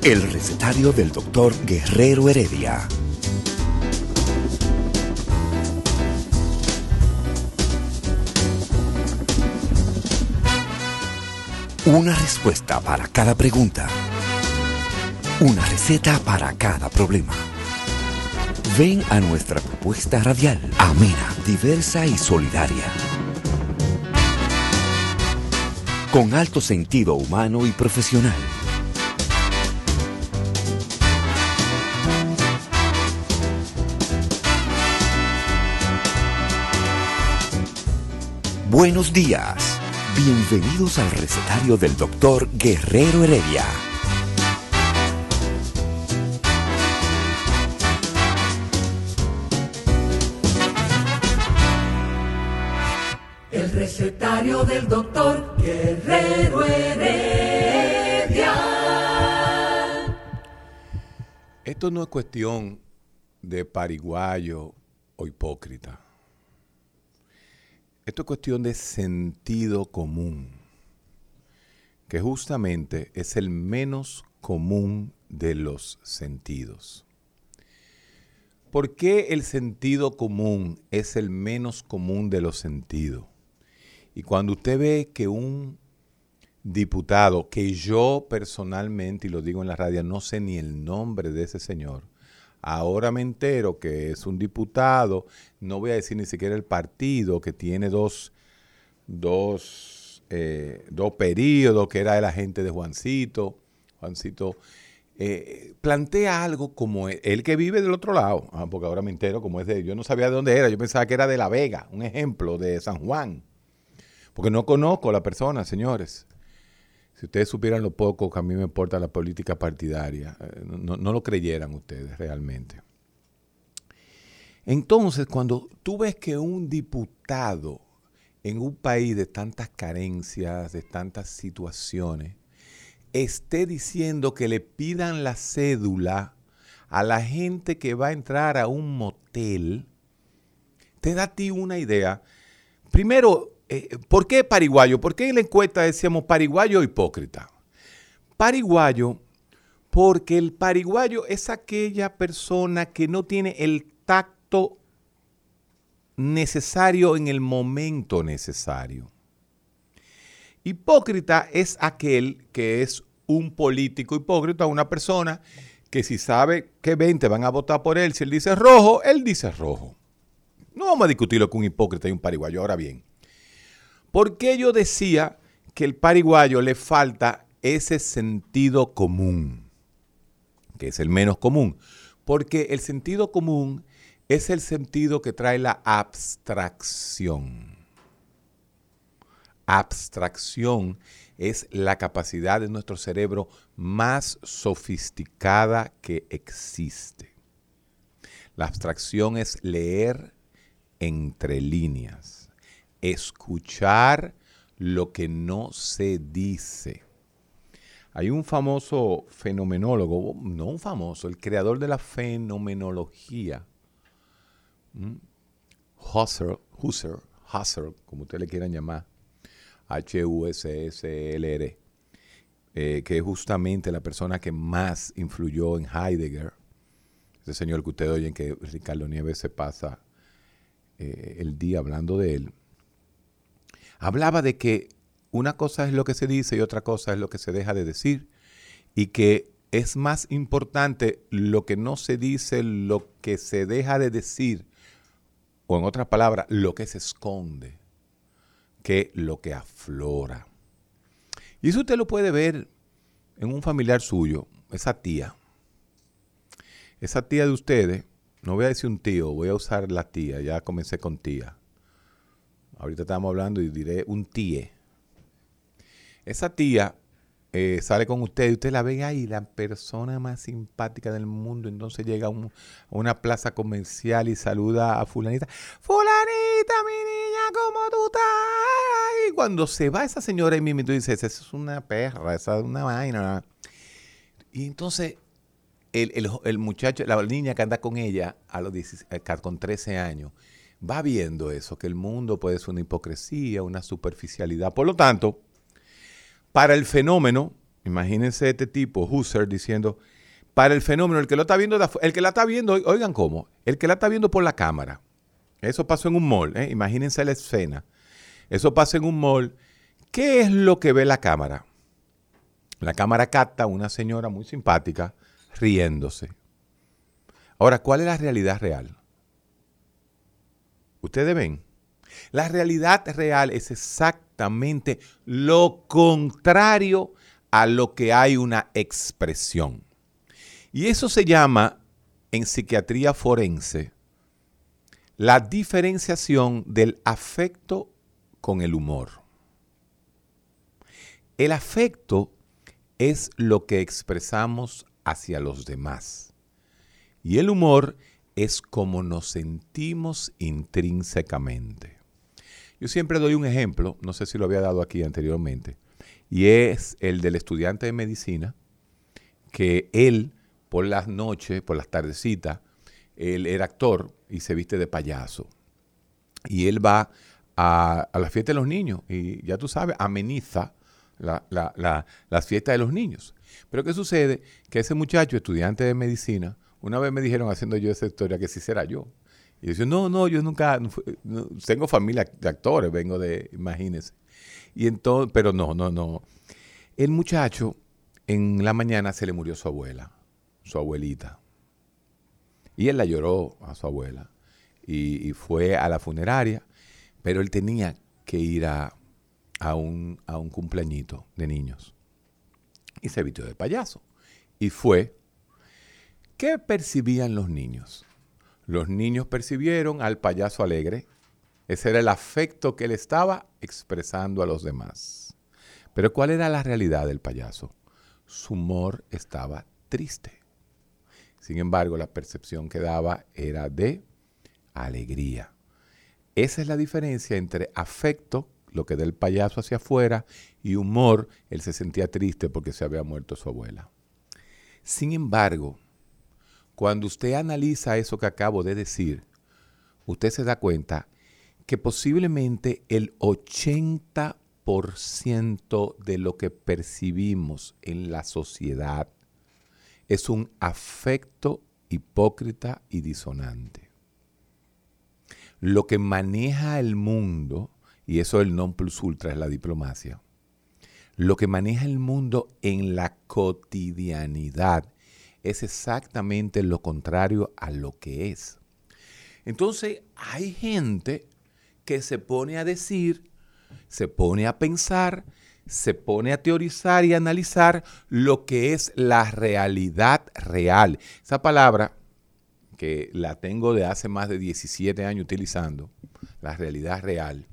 El recetario del doctor Guerrero Heredia. Una respuesta para cada pregunta. Una receta para cada problema. Ven a nuestra propuesta radial, amena, diversa y solidaria. Con alto sentido humano y profesional. Buenos días. Bienvenidos al recetario del doctor Guerrero Heredia. El recetario del doctor Guerrero Heredia. Esto no es cuestión de pariguayo o hipócrita. Esto es cuestión de sentido común, que justamente es el menos común de los sentidos. ¿Por qué el sentido común es el menos común de los sentidos? Y cuando usted ve que un diputado, que yo personalmente, y lo digo en la radio, no sé ni el nombre de ese señor, ahora me entero que es un diputado, no voy a decir ni siquiera el partido, que tiene dos periodos, que era el agente de Juancito. Plantea algo como él que vive del otro lado, porque ahora me entero como es de, yo no sabía de dónde era, yo pensaba que era de La Vega, un ejemplo, de San Juan, porque no conozco a la persona, señores. Si ustedes supieran lo poco que a mí me importa la política partidaria, no lo creyeran ustedes realmente. Entonces, cuando tú ves que un diputado en un país de tantas carencias, de tantas situaciones, esté diciendo que le pidan la cédula a la gente que va a entrar a un motel, te da a ti una idea. Primero, ¿por qué pariguayo? ¿Por qué en la encuesta decíamos pariguayo hipócrita? Pariguayo, porque el pariguayo es aquella persona que no tiene el tacto necesario en el momento necesario. Hipócrita es aquel que es un político hipócrita, una persona que si sabe que 20 van a votar por él, si él dice rojo, él dice rojo. No vamos a discutir lo que un hipócrita y un pariguayo. Ahora bien, ¿por qué yo decía que el pariguayo le falta ese sentido común, que es el menos común? Porque el sentido común es el sentido que trae la abstracción. Abstracción es la capacidad de nuestro cerebro más sofisticada que existe. La abstracción es leer entre líneas. Escuchar lo que no se dice. Hay un famoso fenomenólogo, no un famoso, el creador de la fenomenología, Husserl, como ustedes le quieran llamar, Husserl, que es justamente la persona que más influyó en Heidegger, ese señor que ustedes oyen que Ricardo Nieves se pasa el día hablando de él. Hablaba de que una cosa es lo que se dice y otra cosa es lo que se deja de decir, y que es más importante lo que no se dice, lo que se deja de decir, o en otras palabras, lo que se esconde, que lo que aflora. Y eso usted lo puede ver en un familiar suyo, esa tía de ustedes. No voy a decir un tío, voy a usar la tía, ya comencé con tía. Ahorita estamos hablando y diré un tíe. Esa tía sale con usted y usted la ve ahí, la persona más simpática del mundo. Entonces llega a una plaza comercial y saluda a fulanita. Fulanita, mi niña, ¿cómo tú estás? Y cuando se va esa señora y mismo tú dices, esa es una perra, esa es una vaina. Y entonces el muchacho, la niña que anda con ella con 13 años, va viendo eso, que el mundo puede ser una hipocresía, una superficialidad. Por lo tanto, para el fenómeno, imagínense este tipo, Husserl, diciendo, para el fenómeno, el que lo está viendo, el que la está viendo, oigan cómo, el que la está viendo por la cámara. Eso pasó en un mall, imagínense la escena. Eso pasa en un mall. ¿Qué es lo que ve la cámara? La cámara capta a una señora muy simpática riéndose. Ahora, ¿cuál es la realidad real? Ustedes ven. La realidad real es exactamente lo contrario a lo que hay una expresión. Y eso se llama, en psiquiatría forense, la diferenciación del afecto con el humor. El afecto es lo que expresamos hacia los demás. Y el humor es como nos sentimos intrínsecamente. Yo siempre doy un ejemplo, no sé si lo había dado aquí anteriormente, y es el del estudiante de medicina, que él, por las noches, por las tardecitas, él era actor y se viste de payaso. Y él va a la fiesta de los niños y ya tú sabes, ameniza las fiestas de los niños. Pero ¿qué sucede? Que ese muchacho, estudiante de medicina, una vez me dijeron haciendo yo esa historia que sí será yo. Y yo decía, no, yo nunca, no, tengo familia de actores, vengo de, imagínense. Y entonces, pero no. El muchacho, en la mañana se le murió su abuela, su abuelita. Y él la lloró a su abuela y fue a la funeraria, pero él tenía que ir a un cumpleañito de niños. Y se vistió de payaso. Y fue. ¿Qué percibían los niños? Los niños percibieron al payaso alegre. Ese era el afecto que él estaba expresando a los demás. Pero ¿cuál era la realidad del payaso? Su humor estaba triste. Sin embargo, la percepción que daba era de alegría. Esa es la diferencia entre afecto, lo que da el payaso hacia afuera, y humor, él se sentía triste porque se había muerto su abuela. Sin embargo, cuando usted analiza eso que acabo de decir, usted se da cuenta que posiblemente el 80% de lo que percibimos en la sociedad es un afecto hipócrita y disonante. Lo que maneja el mundo, y eso es el non plus ultra, es la diplomacia, lo que maneja el mundo en la cotidianidad es exactamente lo contrario a lo que es. Entonces, hay gente que se pone a decir, se pone a pensar, se pone a teorizar y analizar lo que es la realidad real. Esa palabra, que la tengo de hace más de 17 años utilizando, la realidad real,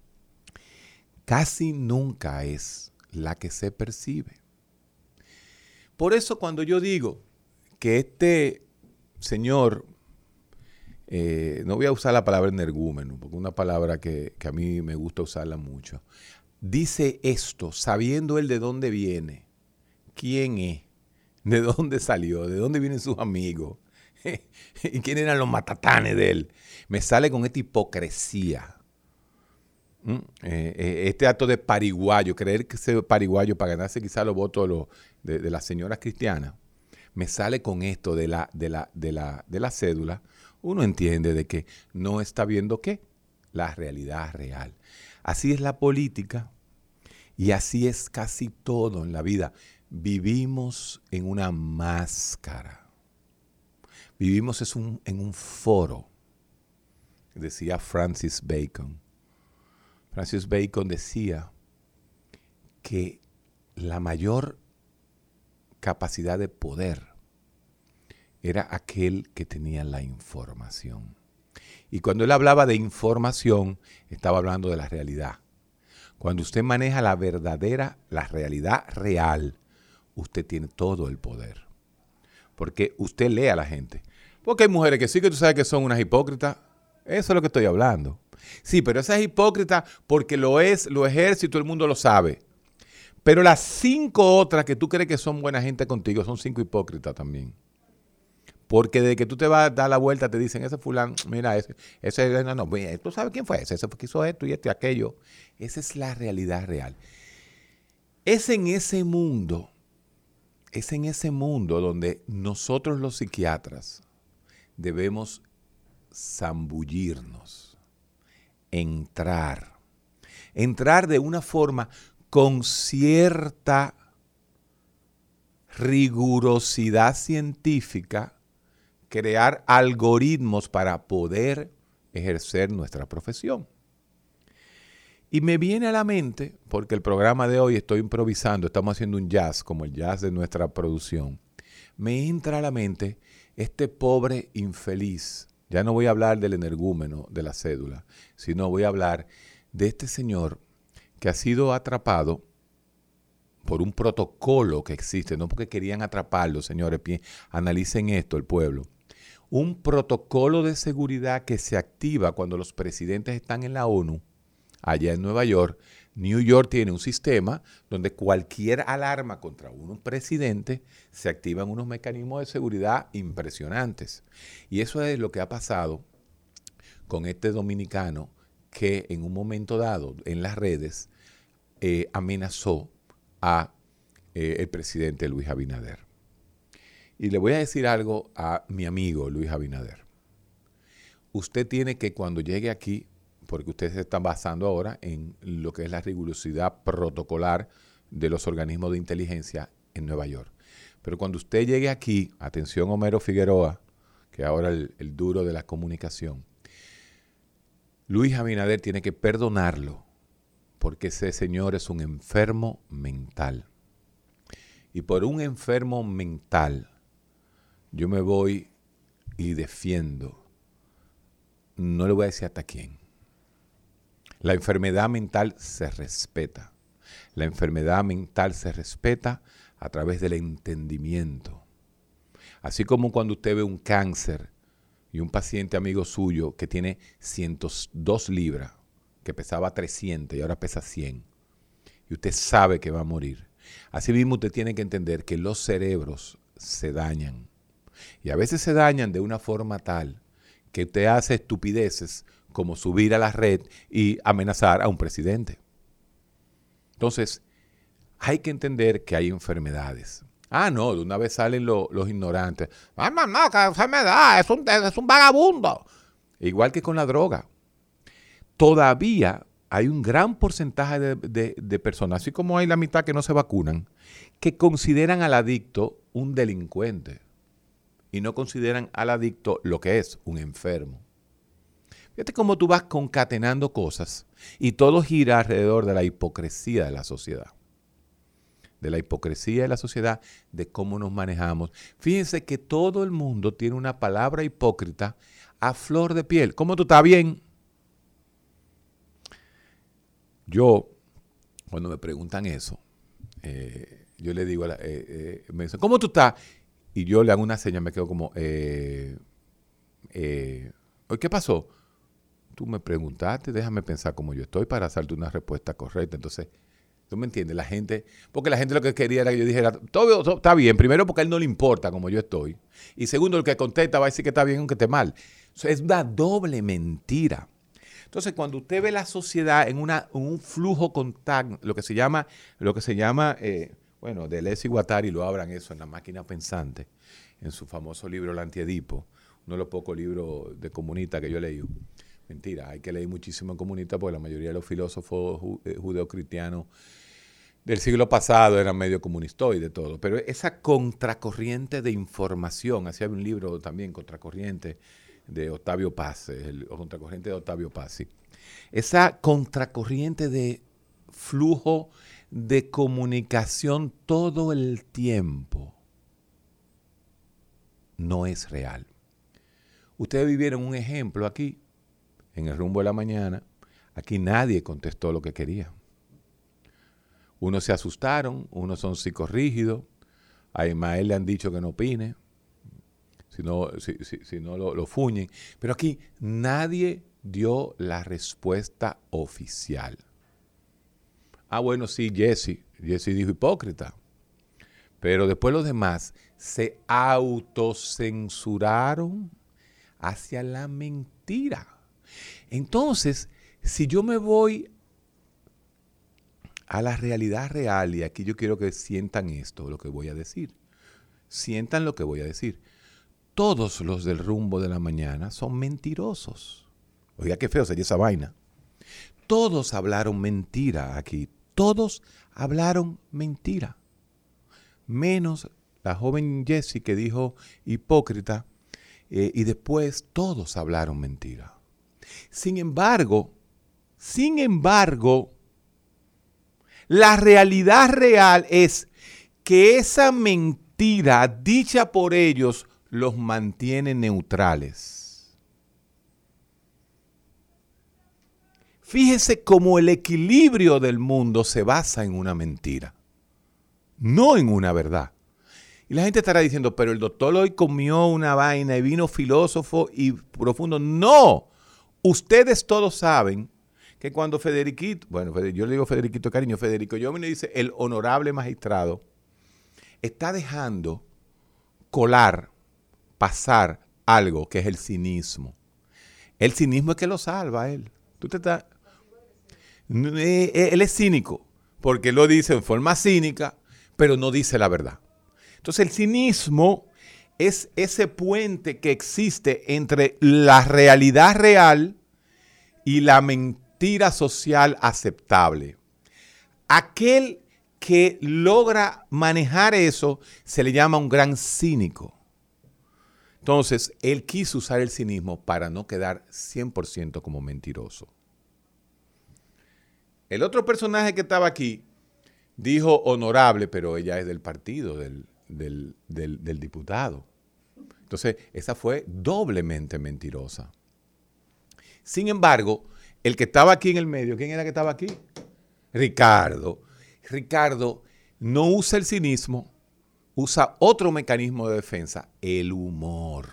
casi nunca es la que se percibe. Por eso cuando yo digo que este señor, no voy a usar la palabra energúmeno, porque es una palabra que a mí me gusta usarla mucho, dice esto sabiendo él de dónde viene, quién es, de dónde salió, de dónde vienen sus amigos, y quién eran los matatanes de él. Me sale con esta hipocresía. Este acto de pariguayo, creer que ser pariguayo para ganarse quizás los votos de las señoras cristianas, me sale con esto de la cédula. Uno entiende de que no está viendo ¿qué? La realidad real. Así es la política y así es casi todo en la vida. Vivimos en una máscara. Vivimos en un foro, decía Francis Bacon. Francis Bacon decía que la mayor capacidad de poder era aquel que tenía la información. Y cuando él hablaba de información, estaba hablando de la realidad. Cuando usted maneja la realidad real, usted tiene todo el poder. Porque usted lee a la gente. Porque hay mujeres que sí que tú sabes que son unas hipócritas. Eso es lo que estoy hablando. Sí, pero esa es hipócrita porque lo ejerce y todo el mundo lo sabe. Pero las 5 otras que tú crees que son buena gente contigo son 5 hipócritas también. Porque desde que tú te vas a dar la vuelta te dicen, ese fulano, mira, ese no, tú sabes quién fue ese fue que hizo esto y esto y aquello. Esa es la realidad real. Es en ese mundo es en ese mundo donde nosotros los psiquiatras debemos zambullirnos, entrar de una forma con cierta rigurosidad científica, crear algoritmos para poder ejercer nuestra profesión. Y me viene a la mente, porque el programa de hoy estoy improvisando, estamos haciendo un jazz, como el jazz de nuestra producción, me entra a la mente este pobre infeliz. Ya no voy a hablar del energúmeno de la cédula, sino voy a hablar de este señor que ha sido atrapado por un protocolo que existe, no porque querían atraparlo, señores, analicen esto, el pueblo. Un protocolo de seguridad que se activa cuando los presidentes están en la ONU, allá en Nueva York. New York tiene un sistema donde cualquier alarma contra un presidente se activan unos mecanismos de seguridad impresionantes. Y eso es lo que ha pasado con este dominicano que en un momento dado en las redes amenazó a el presidente Luis Abinader. Y le voy a decir algo a mi amigo Luis Abinader. Usted tiene que cuando llegue aquí, porque usted se está basando ahora en lo que es la rigurosidad protocolar de los organismos de inteligencia en Nueva York. Pero cuando usted llegue aquí, atención Homero Figueroa, que ahora el duro de la comunicación, Luis Abinader tiene que perdonarlo, porque ese señor es un enfermo mental. Y por un enfermo mental, yo me voy y defiendo. No le voy a decir hasta quién. La enfermedad mental se respeta. La enfermedad mental se respeta a través del entendimiento. Así como cuando usted ve un cáncer y un paciente amigo suyo que tiene 102 libras, que pesaba 300 y ahora pesa 100, y usted sabe que va a morir. Así mismo usted tiene que entender que los cerebros se dañan. Y a veces se dañan de una forma tal que usted hace estupideces como subir a la red y amenazar a un presidente. Entonces, hay que entender que hay enfermedades. No, de una vez salen los ignorantes. No, que enfermedad, es un vagabundo. Igual que con la droga. Todavía hay un gran porcentaje de personas, así como hay la mitad que no se vacunan, que consideran al adicto un delincuente y no consideran al adicto lo que es, un enfermo. Fíjate cómo tú vas concatenando cosas y todo gira alrededor de la hipocresía de la sociedad. De la hipocresía de la sociedad, de cómo nos manejamos. Fíjense que todo el mundo tiene una palabra hipócrita a flor de piel. ¿Cómo tú estás? Bien. Yo, cuando me preguntan eso, yo le digo, me dicen, ¿cómo tú estás? Y yo le hago una señal, me quedo como, ¿qué pasó? Tú me preguntaste, déjame pensar cómo yo estoy para hacerte una respuesta correcta. Entonces, ¿tú me entiendes? La gente, porque la gente lo que quería era que yo dijera, todo está bien. Primero, porque a él no le importa cómo yo estoy. Y segundo, el que contesta va a decir que está bien aunque esté mal. Eso es una doble mentira. Entonces, cuando usted ve la sociedad en un flujo constante, lo que se llama, Deleuze y Guattari lo hablan eso en La máquina pensante, en su famoso libro El Antiedipo, uno de los pocos libros de comunista que yo he leído. Mentira, hay que leer muchísimo en comunista porque la mayoría de los filósofos judeocristianos del siglo pasado eran medio comunistoides de todo. Pero esa contracorriente de información, así había un libro también, Contracorriente, de Octavio Paz, Contracorriente de Octavio Paz, sí. Esa contracorriente de flujo de comunicación todo el tiempo no es real. Ustedes vivieron un ejemplo aquí, en el Rumbo de la Mañana. Aquí nadie contestó lo que quería. Unos se asustaron, unos son psicorrígidos. A Ismael le han dicho que no opine, si no lo fuñen. Pero aquí nadie dio la respuesta oficial. Bueno, sí, Jesse dijo hipócrita. Pero después los demás se autocensuraron hacia la mentira. Entonces, si yo me voy a la realidad real, y aquí yo quiero que sientan esto, lo que voy a decir, sientan lo que voy a decir. Todos los del Rumbo de la Mañana son mentirosos. Oiga, qué feo sería esa vaina. Todos hablaron mentira aquí. Todos hablaron mentira. Menos la joven Jessie que dijo hipócrita. Y después todos hablaron mentira. Sin embargo, la realidad real es que esa mentira dicha por ellos los mantiene neutrales. Fíjese cómo el equilibrio del mundo se basa en una mentira, no en una verdad. Y la gente estará diciendo, pero el doctor hoy comió una vaina y vino filósofo y profundo. ¡No! Ustedes todos saben que cuando Federiquito, bueno, yo le digo Federiquito cariño, Federico Jovine dice, el honorable magistrado está dejando pasar algo que es el cinismo. El cinismo es que lo salva a él. Él es cínico, porque lo dice en forma cínica, pero no dice la verdad. Entonces el cinismo es ese puente que existe entre la realidad real y la mentira social aceptable. Aquel que logra manejar eso se le llama un gran cínico. Entonces, él quiso usar el cinismo para no quedar 100% como mentiroso. El otro personaje que estaba aquí dijo honorable, pero ella es del partido del diputado. Entonces, esa fue doblemente mentirosa. Sin embargo, el que estaba aquí en el medio, ¿quién era que estaba aquí? Ricardo. Ricardo no usa el cinismo, usa otro mecanismo de defensa, el humor.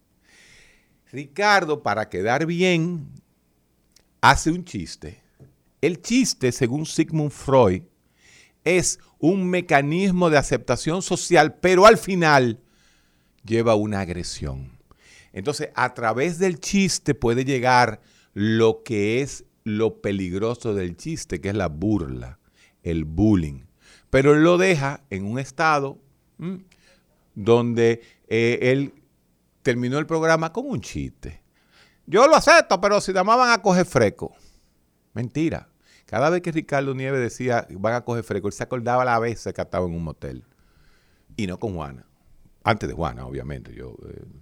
Ricardo, para quedar bien, hace un chiste. El chiste, según Sigmund Freud, es un mecanismo de aceptación social, pero al final lleva una agresión. Entonces, a través del chiste puede llegar lo que es lo peligroso del chiste, que es la burla, el bullying. Pero él lo deja en un estado donde él terminó el programa con un chiste. Yo lo acepto, pero si nada más van a coger fresco. Mentira. Cada vez que Ricardo Nieves decía van a coger fresco, él se acordaba la vez que estaba en un motel. Y no con Juana. Antes de Juana, obviamente. Yo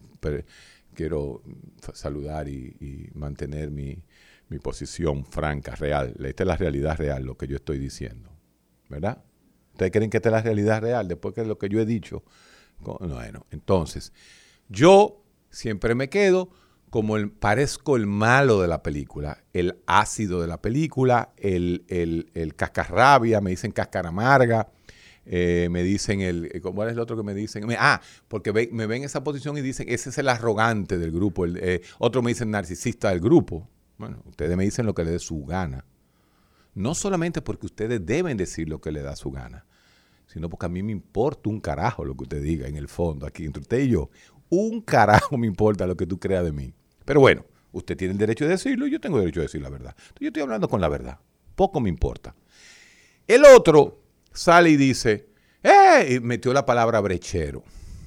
quiero saludar y mantener mi posición franca, real. Esta es la realidad real, lo que yo estoy diciendo. ¿Verdad? ¿Ustedes creen que esta es la realidad real después de lo que yo he dicho? Bueno, entonces, yo siempre me quedo como parezco el malo de la película, el ácido de la película, el cascarrabia, me dicen cascaramarga, me dicen ¿cuál es el otro que me dicen? Porque me ven en esa posición y dicen, ese es el arrogante del grupo, otro me dicen narcisista del grupo. Bueno, ustedes me dicen lo que les dé su gana. No solamente porque ustedes deben decir lo que les da su gana, sino porque a mí me importa un carajo lo que usted diga en el fondo, aquí entre usted y yo. Un carajo me importa lo que tú creas de mí. Pero bueno, usted tiene el derecho de decirlo y yo tengo el derecho de decir la verdad. Entonces yo estoy hablando con la verdad. Poco me importa. El otro sale y dice, y metió la palabra brechero.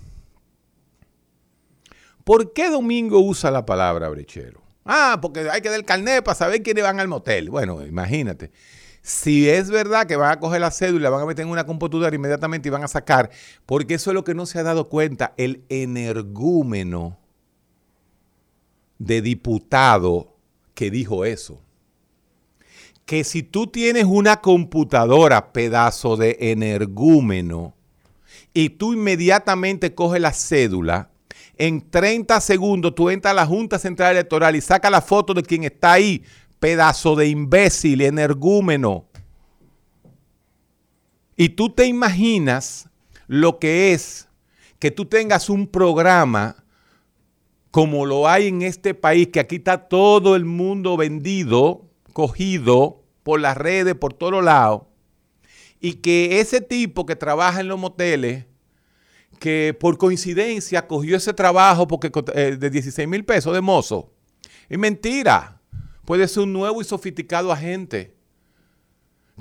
¿Por qué Domingo usa la palabra brechero? Porque hay que dar el carnet para saber quiénes van al motel. Bueno, imagínate. Si es verdad que van a coger la cédula, van a meter en una computadora inmediatamente y van a sacar, porque eso es lo que no se ha dado cuenta, el energúmeno de diputado que dijo eso. Que si tú tienes una computadora, pedazo de energúmeno, y tú inmediatamente coges la cédula, en 30 segundos tú entras a la Junta Central Electoral y sacas la foto de quien está ahí, pedazo de imbécil, energúmeno. Y tú te imaginas lo que es que tú tengas un programa como lo hay en este país, que aquí está todo el mundo vendido, cogido por las redes, por todos lados, y que ese tipo que trabaja en los moteles, que por coincidencia cogió ese trabajo porque de 16 mil pesos de mozo, es mentira. Puede ser un nuevo y sofisticado agente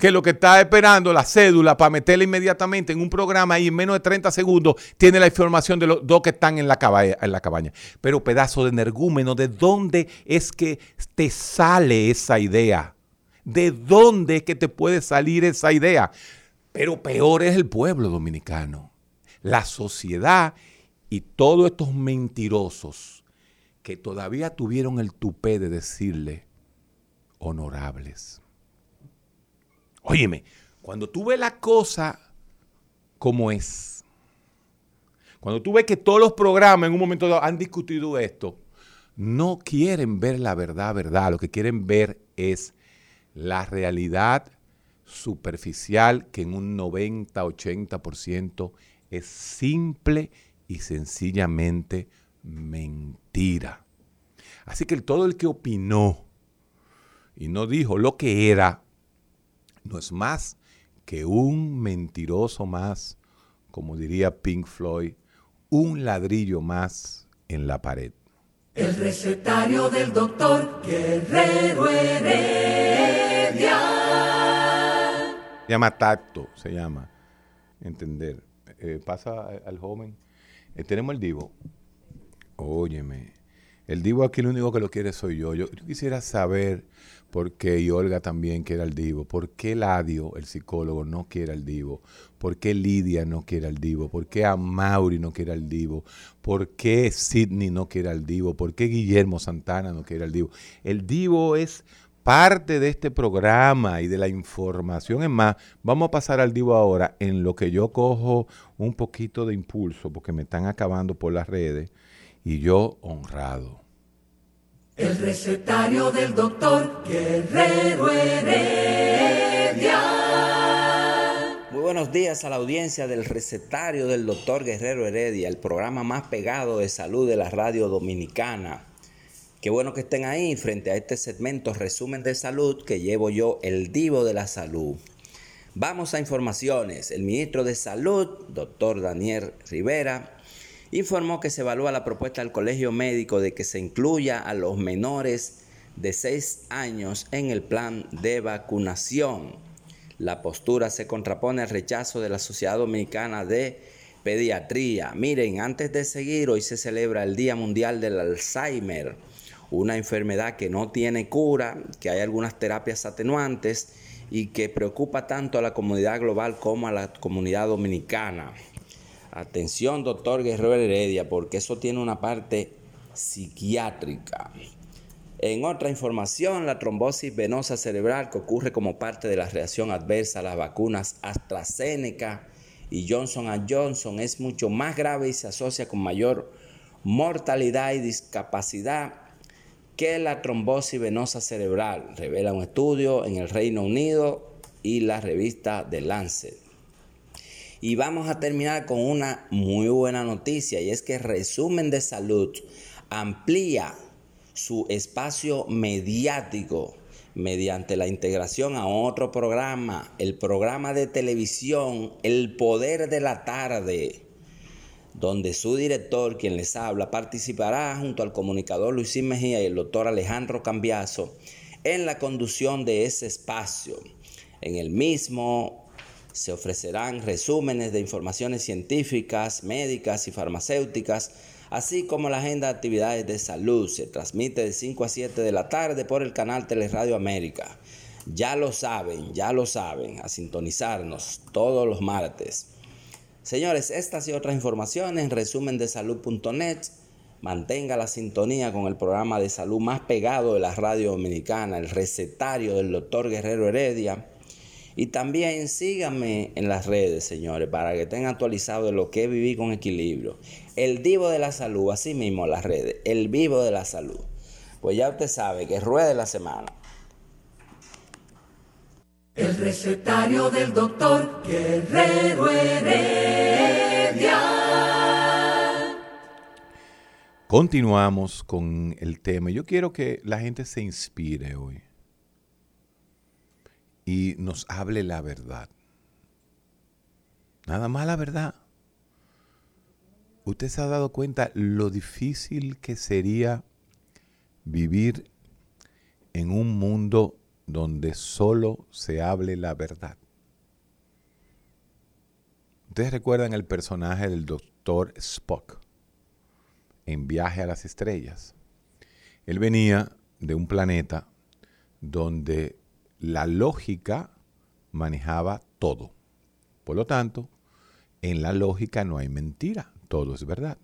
que lo que está esperando la cédula para meterla inmediatamente en un programa y en menos de 30 segundos tiene la información de los dos que están en la cabaña. Pero pedazo de energúmeno, ¿de dónde es que te sale esa idea? ¿De dónde es que te puede salir esa idea? Pero peor es el pueblo dominicano, la sociedad y todos estos mentirosos que todavía tuvieron el tupé de decirle honorables. Óyeme, cuando tú ves la cosa como es, cuando tú ves que todos los programas en un momento dado han discutido esto, no quieren ver la verdad, lo que quieren ver es la realidad superficial que en un 90-80% es simple y sencillamente mentira. Así que todo el que opinó y no dijo lo que era, no es más que un mentiroso más, como diría Pink Floyd, un ladrillo más en la pared. El recetario del doctor Guerrero Heredia. Se llama tacto, se llama. Entender. Pasa al joven. Tenemos el divo. Óyeme. El divo aquí lo único que lo quiere soy yo. Yo quisiera saber por qué, y Olga también quiere al divo, por qué Ladio, el psicólogo, no quiere al divo, por qué Lidia no quiere al divo, por qué Amaury no quiere al divo, por qué Sidney no quiere al divo, por qué Guillermo Santana no quiere al divo. El divo es parte de este programa y de la información. Es más, vamos a pasar al divo ahora en lo que yo cojo un poquito de impulso porque me están acabando por las redes y yo honrado. El recetario del doctor Guerrero Heredia. Muy buenos días a la audiencia del recetario del doctor Guerrero Heredia, el programa más pegado de salud de la radio dominicana. Qué bueno que estén ahí frente a este segmento resumen de salud que llevo yo, el divo de la salud. Vamos a informaciones. El ministro de Salud, doctor Daniel Rivera, informó que se evalúa la propuesta del Colegio Médico de que se incluya a los menores de 6 años en el plan de vacunación. La postura se contrapone al rechazo de la Sociedad Dominicana de Pediatría. Miren, antes de seguir, hoy se celebra el Día Mundial del Alzheimer, una enfermedad que no tiene cura, que hay algunas terapias atenuantes y que preocupa tanto a la comunidad global como a la comunidad dominicana. Atención, doctor Guerrero Heredia, porque eso tiene una parte psiquiátrica. En otra información, la trombosis venosa cerebral que ocurre como parte de la reacción adversa a las vacunas AstraZeneca y Johnson & Johnson es mucho más grave y se asocia con mayor mortalidad y discapacidad que la trombosis venosa cerebral, revela un estudio en el Reino Unido y la revista The Lancet. Y vamos a terminar con una muy buena noticia, y es que Resumen de Salud amplía su espacio mediático mediante la integración a otro programa, el programa de televisión El Poder de la Tarde, donde su director, quien les habla, participará junto al comunicador Luisín Mejía y el doctor Alejandro Cambiaso en la conducción de ese espacio. En el mismo se ofrecerán resúmenes de informaciones científicas, médicas y farmacéuticas, así como la agenda de actividades de salud. Se transmite de 5 a 7 de la tarde por el canal Teleradio América. Ya lo saben, a sintonizarnos todos los martes. Señores, estas y otras informaciones en resumendesalud.net. Mantenga la sintonía con el programa de salud más pegado de la radio dominicana, el recetario del doctor Guerrero Heredia. Y también síganme en las redes, señores, para que estén actualizados de lo que es Vivir con Equilibrio. El Divo de la Salud, así mismo las redes, el Vivo de la Salud. Pues ya usted sabe que ruede la semana. El recetario del doctor Guerrero Heredia. Continuamos con el tema. Yo quiero que la gente se inspire hoy y nos hable la verdad. Nada más la verdad. ¿Usted se ha dado cuenta lo difícil que sería vivir en un mundo donde solo se hable la verdad. ¿Ustedes recuerdan el personaje del Dr. Spock en Viaje a las Estrellas? Él venía de un planeta donde la lógica manejaba todo. Por lo tanto, en la lógica no hay mentira, todo es verdad.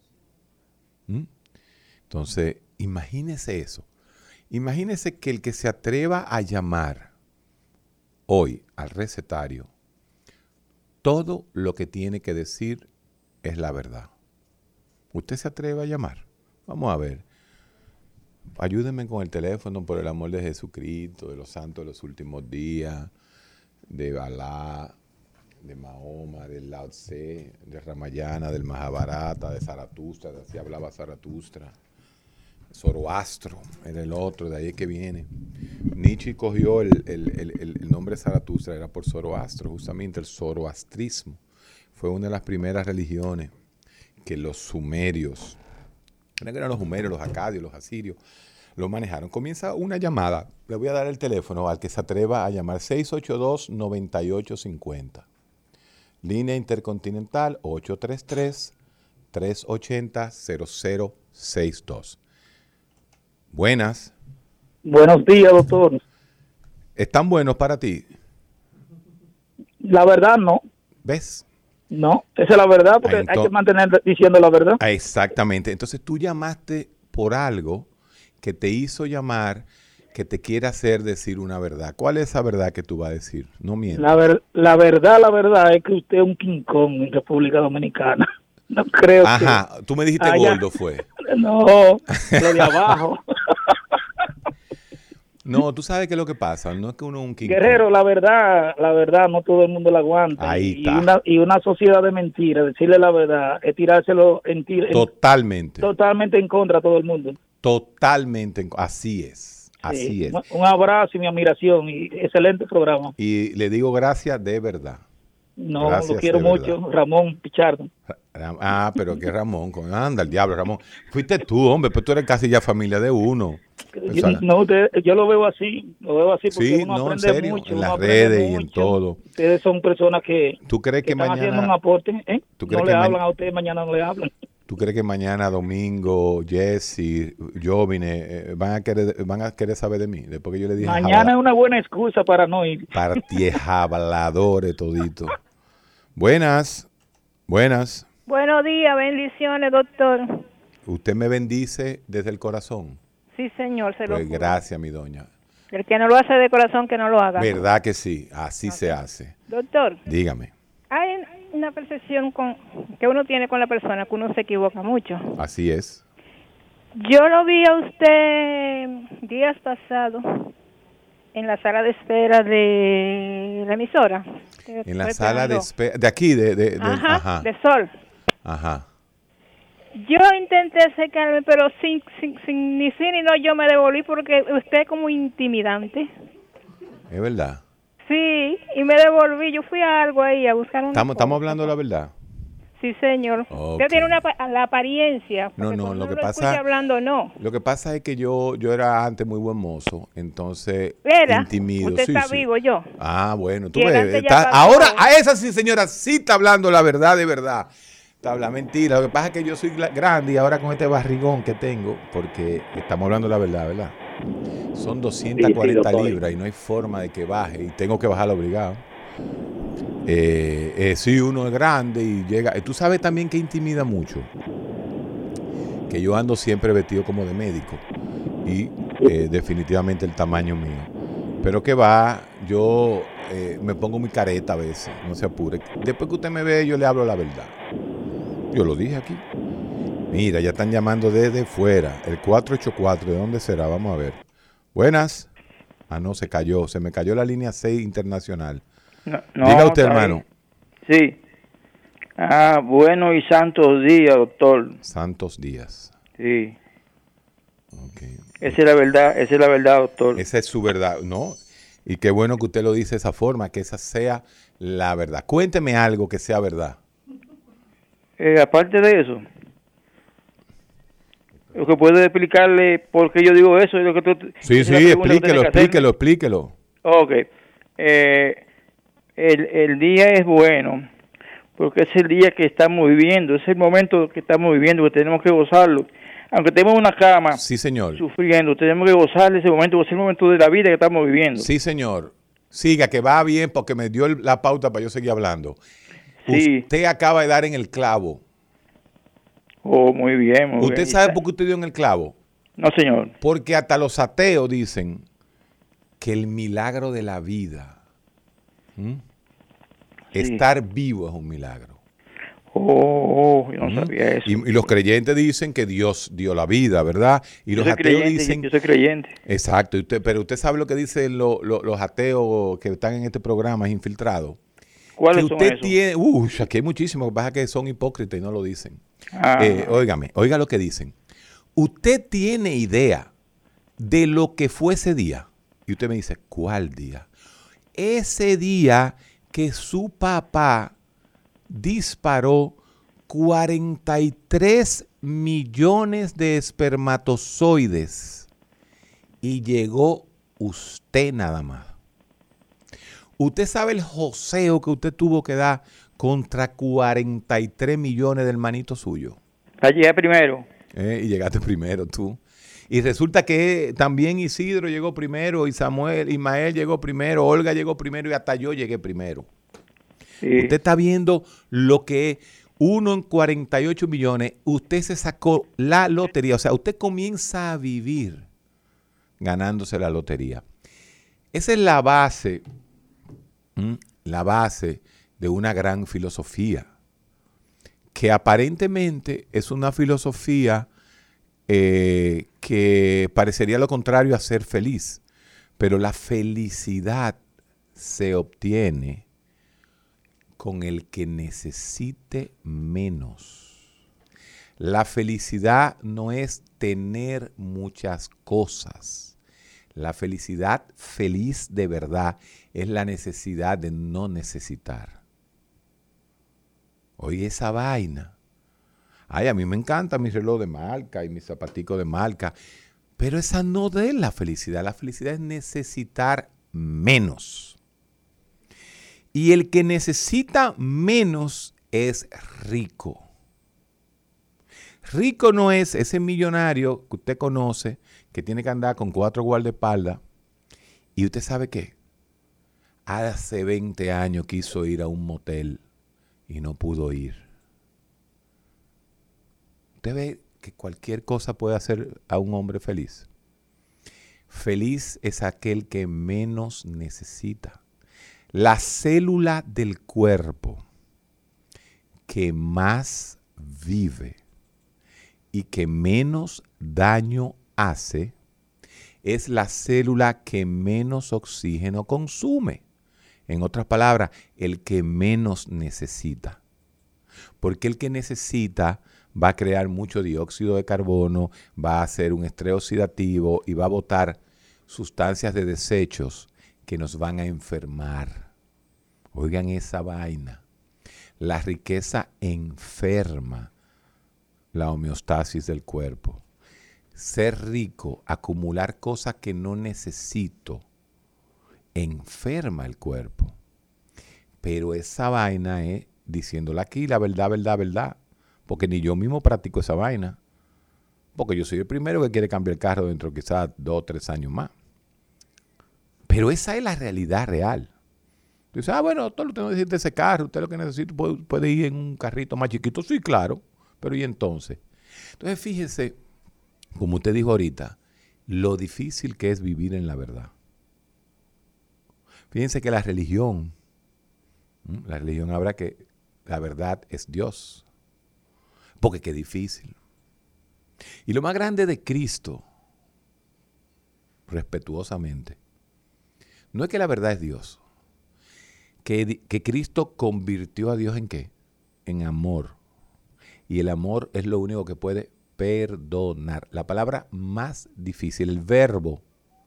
Entonces, imagínese eso. Imagínese que el que se atreva a llamar hoy al recetario, todo lo que tiene que decir es la verdad. ¿Usted se atreve a llamar? Vamos a ver. Ayúdenme con el teléfono, por el amor de Jesucristo, de los santos de los últimos días, de Alá, de Mahoma, del Lao Tse, de Ramayana, del Mahabharata, de Zaratustra, de así hablaba Zaratustra. Zoroastro era el otro, de ahí es que viene. Nietzsche cogió el nombre Zaratustra, era por Zoroastro, justamente el zoroastrismo. Fue una de las primeras religiones que los sumerios, eran los sumerios, los acadios, los asirios, lo manejaron. Comienza una llamada. Le voy a dar el teléfono al que se atreva a llamar, 682-9850. Línea intercontinental 833-380-0062. Buenas. Buenos días, doctor. ¿Están buenos para ti? La verdad, no. ¿Ves? No, esa es la verdad, porque hay que mantener diciendo la verdad. Exactamente. Entonces tú llamaste por algo que te hizo llamar, que te quiere hacer decir una verdad. ¿Cuál es esa verdad que tú vas a decir? No mientas. La verdad es que usted es un King Kong en República Dominicana. No creo que... Tú me dijiste gordo, fue. No, lo de abajo. No, tú sabes qué es lo que pasa. No es que uno es un King Guerrero, Kong. la verdad, no todo el mundo la aguanta. Ahí está. Y una sociedad de mentiras, decirle la verdad, es tirárselo Totalmente. Totalmente en contra a todo el mundo. Totalmente. Así es. Así Sí. es. Un abrazo y mi admiración. Y excelente programa. Y le digo gracias de verdad. No, Gracias, lo quiero de mucho. verdad. Ramón Pichardo. Pero que Ramón. Anda, el diablo, Ramón. Fuiste tú, hombre, pero tú eres casi ya familia de uno. Yo lo veo así. Porque sí, uno no, en aprende serio, mucho. en las redes y en todo. Ustedes son personas que, ¿Tú crees que están mañana haciendo un aporte. ¿tú crees No que le hablan a ustedes, mañana no le hablan. ¿Tú crees que mañana, domingo, Jesse, Jovine, van a querer saber de mí? Después que yo le dije... Mañana es una buena excusa para no ir. Partiejabaladores todito. Buenas. Buenos días, bendiciones, doctor. ¿Usted me bendice desde el corazón? Sí, señor, se lo Pues juro. gracias, mi doña. El que no lo hace de corazón, que no lo haga. ¿Verdad que sí? Así se hace. Doctor, Dígame. hay una percepción que uno tiene con la persona, que uno se equivoca mucho. Así es. Yo lo vi a usted días pasados en la sala de espera de la emisora. En la sala de espera, de aquí, de Sol. Ajá. Yo intenté acercarme, pero sin ni sí ni no, yo me devolví porque usted es como intimidante. Es verdad. Sí, y me devolví. Yo fui a algo ahí a buscar una Estamos hablando la verdad. Sí, señor. Okay. Usted tiene la apariencia. No, lo que lo pasa... escucha hablando, no. Lo que pasa es que yo era antes muy buen mozo, entonces ¿Era? intimido. Usted Sí, está sí. vivo, yo. Ah, bueno, tú Y el ves. antes ya pasó. Ahora, a esa sí, señora, sí está hablando la verdad de verdad. Está hablando mentira. Lo que pasa es que yo soy grande y ahora con este barrigón que tengo, porque estamos hablando la verdad, ¿verdad? Son 240 libras y no hay forma de que baje y tengo que bajarlo obligado. Sí, uno es grande y llega. Tú sabes también que intimida mucho. Que yo ando siempre vestido como de médico y definitivamente el tamaño mío. Pero que va, yo me pongo muy careta a veces, no se apure. Después que usted me ve, yo le hablo la verdad. Yo lo dije aquí. Mira, ya están llamando desde fuera. El 484, ¿de dónde será? Vamos a ver. Buenas. No, se me cayó la línea 6 internacional. No, diga usted, hermano. Sí. Buenos y santos días, doctor. Santos días. Sí. Okay. Esa es la verdad, doctor. Esa es su verdad, ¿no? Y qué bueno que usted lo dice de esa forma, que esa sea la verdad. Cuénteme algo que sea verdad. Aparte de eso. Lo que puede explicarle por qué yo digo eso. Es lo que Sí, explíquelo. Ok. El día es bueno, porque es el día que estamos viviendo, es el momento que estamos viviendo, que tenemos que gozarlo. Aunque tenemos una cama, sí, señor, sufriendo, tenemos que gozar ese momento, porque es el momento de la vida que estamos viviendo. Sí, señor. Siga, que va bien, porque me dio la pauta para yo seguir hablando. Sí. Usted acaba de dar en el clavo. Oh, muy bien, muy bien. ¿Usted sabe por qué usted dio en el clavo? No, señor. Porque hasta los ateos dicen que el milagro de la vida, estar vivo es un milagro. Yo no sabía eso. Y los creyentes dicen que Dios dio la vida, ¿verdad? Y los ateos dicen... Yo soy creyente. Exacto. Pero usted sabe lo que dicen los ateos que están en este programa, infiltrados. ¿Cuáles son usted esos? Tiene, aquí hay muchísimos, lo que pasa es que son hipócritas y no lo dicen. Oiga lo que dicen. Usted tiene idea de lo que fue ese día. Y usted me dice, ¿cuál día? Ese día que su papá disparó 43 millones de espermatozoides y llegó usted nada más. Usted sabe el joseo que usted tuvo que dar contra 43 millones del manito suyo. Llegué primero. Y llegaste primero tú. Y resulta que también Isidro llegó primero, y Ismael llegó primero, Olga llegó primero y hasta yo llegué primero. Sí. Usted está viendo lo que es 1 en 48 millones. Usted se sacó la lotería. O sea, usted comienza a vivir ganándose la lotería. Esa es la base de una gran filosofía, que aparentemente es una filosofía que parecería lo contrario a ser feliz, pero la felicidad se obtiene con el que necesite menos. La felicidad no es tener muchas cosas. La felicidad feliz de verdad es la necesidad de no necesitar. Oye, esa vaina. Ay, a mí me encanta mi reloj de marca y mis zapaticos de marca, pero esa no es la felicidad. La felicidad es necesitar menos. Y el que necesita menos es rico. Rico no es ese millonario que usted conoce, que tiene que andar con 4 guardaespaldas. ¿Y usted sabe qué? Hace 20 años quiso ir a un motel y no pudo ir. Usted ve que cualquier cosa puede hacer a un hombre feliz. Feliz es aquel que menos necesita. La célula del cuerpo que más vive y que menos daño hace es la célula que menos oxígeno consume. En otras palabras, el que menos necesita. Porque el que necesita va a crear mucho dióxido de carbono, va a hacer un estrés oxidativo y va a botar sustancias de desechos que nos van a enfermar. Oigan esa vaina. La riqueza enferma la homeostasis del cuerpo. Ser rico, acumular cosas que no necesito, enferma el cuerpo. Pero esa vaina es, diciéndola aquí, la verdad. Porque ni yo mismo practico esa vaina. Porque yo soy el primero que quiere cambiar el carro dentro de quizás 2 o 3 años más. Pero esa es la realidad real. Dice, bueno, todo lo que necesita ese carro, usted lo que necesita puede ir en un carrito más chiquito. Sí, claro, pero ¿y entonces? Entonces fíjese, como usted dijo ahorita, lo difícil que es vivir en la verdad. Fíjense que la religión habla que la verdad es Dios. Porque qué difícil. Y lo más grande de Cristo, respetuosamente, no es que la verdad es Dios. Que Cristo convirtió a Dios ¿en qué? En amor. Y el amor es lo único que puede perdonar. La palabra más difícil, el verbo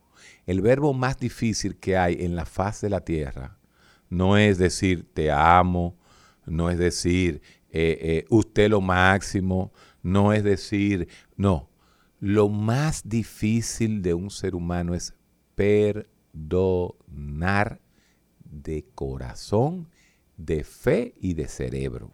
más difícil que hay en la faz de la tierra, no es decir te amo, no es decir usted lo máximo, no es decir, no. Lo más difícil de un ser humano es perdonar de corazón, de fe y de cerebro.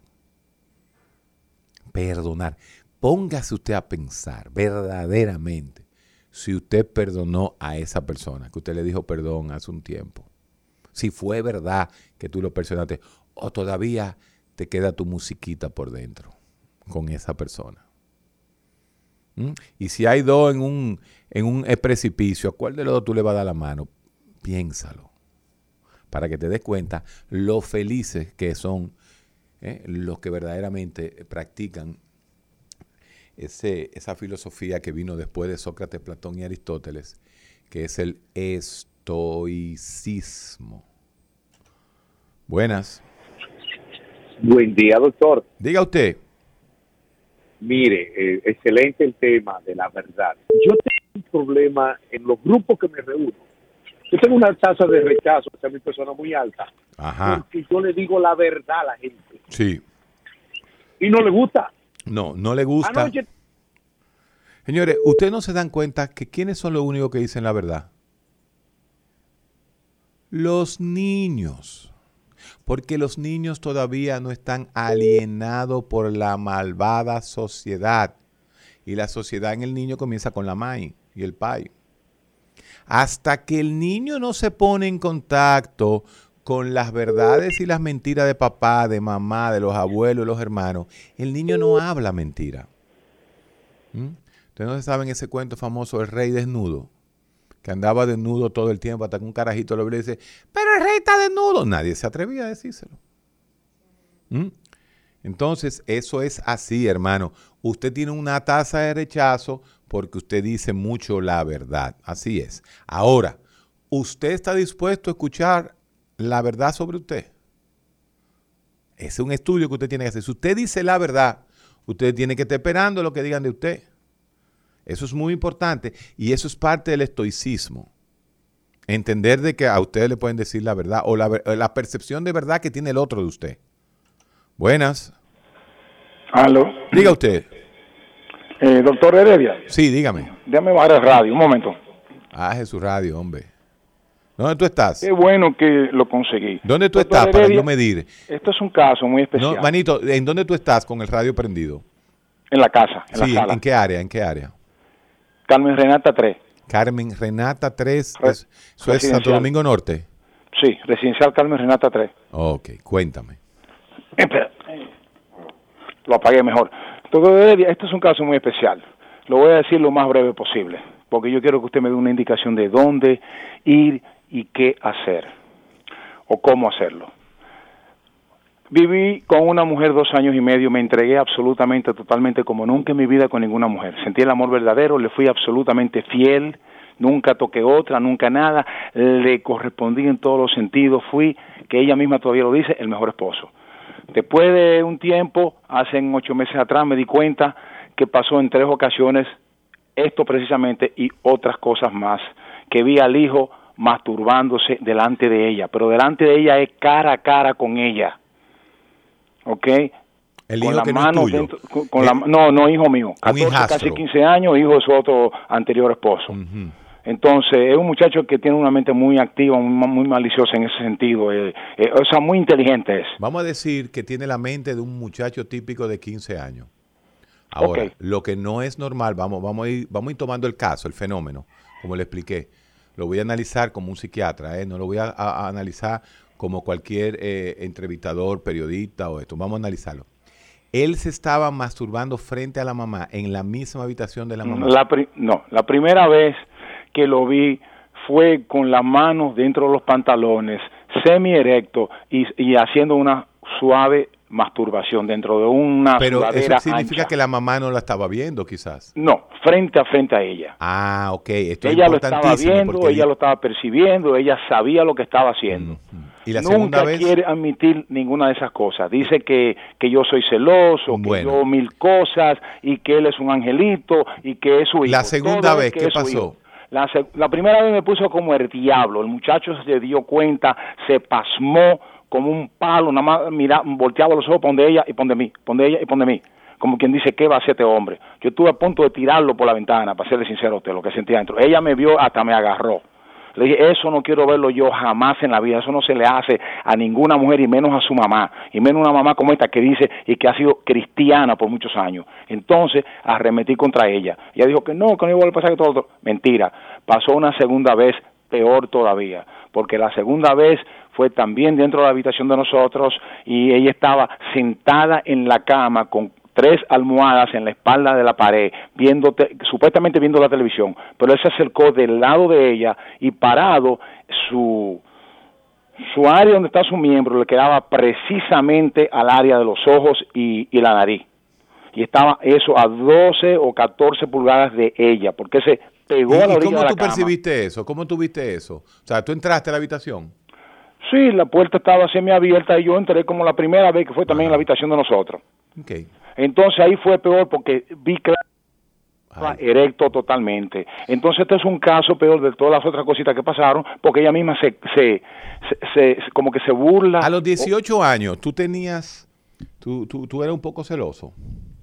Perdonar. Póngase usted a pensar verdaderamente si usted perdonó a esa persona, que usted le dijo perdón hace un tiempo. Si fue verdad que tú lo perdonaste o todavía te queda tu musiquita por dentro con esa persona. Y si hay dos en un precipicio, ¿a cuál de los dos tú le vas a dar la mano? Piénsalo, para que te des cuenta lo felices que son los que verdaderamente practican esa filosofía que vino después de Sócrates, Platón y Aristóteles, que es el estoicismo. Buenas. Buen día, doctor. Diga usted. Mire, excelente el tema de la verdad. Yo tengo un problema en los grupos que me reúno. Yo tengo una tasa de rechazo, que es mi persona muy alta. Ajá. Porque yo le digo la verdad a la gente. Sí. Y no le gusta. No le gusta. Anoche... Señores, ustedes no se dan cuenta que ¿quiénes son los únicos que dicen la verdad? Los niños. Porque los niños todavía no están alienados por la malvada sociedad. Y la sociedad en el niño comienza con la mãe y el pai. Hasta que el niño no se pone en contacto con las verdades y las mentiras de papá, de mamá, de los abuelos y los hermanos, el niño no habla mentira. Ustedes no saben ese cuento famoso del rey desnudo, que andaba desnudo todo el tiempo hasta que un carajito lo vio y dice, pero el rey está desnudo. Nadie se atrevía a decírselo. Entonces, eso es así, hermano. Usted tiene una tasa de rechazo porque usted dice mucho la verdad. Así es. Ahora, ¿usted está dispuesto a escuchar la verdad sobre usted? Ese es un estudio que usted tiene que hacer. Si usted dice la verdad, usted tiene que estar esperando lo que digan de usted. Eso es muy importante y eso es parte del estoicismo. Entender de que a usted le pueden decir la verdad o la percepción de verdad que tiene el otro de usted. Buenas. Aló. Diga usted. Doctor Heredia. Sí, dígame. Déjame bajar el radio, un momento. Baje su radio, hombre. ¿Dónde tú estás? Qué bueno que lo conseguí. ¿Dónde tú Doctor estás Heredia, para yo medir? Esto es un caso muy especial. No, manito, ¿en dónde tú estás con el radio prendido? En la casa, en Sí, la sala. ¿en qué área? ¿En qué área? Carmen Renata 3. Carmen Renata 3, ¿eso es Santo Domingo Norte? Sí, residencial Carmen Renata 3. Ok, cuéntame. Espera, lo apagué mejor. Doctor Heredia, esto es un caso muy especial. Lo voy a decir lo más breve posible, porque yo quiero que usted me dé una indicación de dónde ir y qué hacer, o cómo hacerlo. Viví con una mujer 2 años y medio, me entregué absolutamente, totalmente como nunca en mi vida con ninguna mujer. Sentí el amor verdadero, le fui absolutamente fiel, nunca toqué otra, nunca nada, le correspondí en todos los sentidos, fui, que ella misma todavía lo dice, el mejor esposo. Después de un tiempo, hace 8 meses atrás, me di cuenta que pasó en 3 ocasiones esto precisamente y otras cosas más, que vi al hijo masturbándose delante de ella, pero delante de ella es cara a cara con ella. ¿Ok? El hijo que no es tuyo. No, hijo mío. 14, casi 15 años, hijo de su otro anterior esposo. Entonces, es un muchacho que tiene una mente muy activa, muy maliciosa en ese sentido. O sea, muy inteligente es. Vamos a decir que tiene la mente de un muchacho típico de 15 años. Ahora, lo que no es normal, vamos a ir tomando el caso, el fenómeno, como le expliqué. Lo voy a analizar como un psiquiatra, no lo voy a analizar como cualquier entrevistador, periodista o esto. Vamos a analizarlo. Él se estaba masturbando frente a la mamá, en la misma habitación de la mamá. La primera vez que lo vi fue con las manos dentro de los pantalones, semi erecto y haciendo una suave masturbación dentro de una sudadera. Pero eso significa ancha. que la mamá no la estaba viendo, quizás. No, frente a ella. Ah, ok. Esto ella es lo estaba viendo, ella lo estaba percibiendo, ella sabía lo que estaba haciendo. ¿Y la segunda Nunca vez? quiere admitir ninguna de esas cosas. Dice que yo soy celoso, que yo 1000 cosas, y que él es un angelito, y que es su hijo. La segunda vez, ¿qué pasó? La primera vez me puso como el diablo. El muchacho se dio cuenta, se pasmó como un palo, nada más volteaba los ojos, pon de ella y pon de mí, pon de ella y pon de mí. como quien dice, ¿qué va a hacer este hombre? Yo estuve a punto de tirarlo por la ventana, para serle sincero a usted, lo que sentía dentro. Ella me vio, hasta me agarró. Le dije, eso no quiero verlo yo jamás en la vida, eso no se le hace a ninguna mujer y menos a su mamá, y menos una mamá como esta que dice y que ha sido cristiana por muchos años. Entonces arremetí contra ella. Ella dijo que no iba a pasar que todo. Mentira, pasó una segunda vez, peor todavía, porque la segunda vez fue también dentro de la habitación de nosotros y ella estaba sentada en la cama con 3 almohadas en la espalda de la pared, supuestamente viendo la televisión, pero él se acercó del lado de ella y parado, su área donde está su miembro le quedaba precisamente al área de los ojos y la nariz. Y estaba eso a 12 o 14 pulgadas de ella, porque se pegó a la orilla de la cama. ¿Y cómo tú percibiste eso? ¿Cómo tú viste eso? O sea, ¿tú entraste a la habitación? Sí, la puerta estaba semiabierta y yo entré como la primera vez que fue también en la habitación de nosotros. Okay. Entonces ahí fue peor porque vi que estaba erecto totalmente. Entonces este es un caso peor de todas las otras cositas que pasaron, porque ella misma se como que se burla. A los 18 años, tú eras un poco celoso.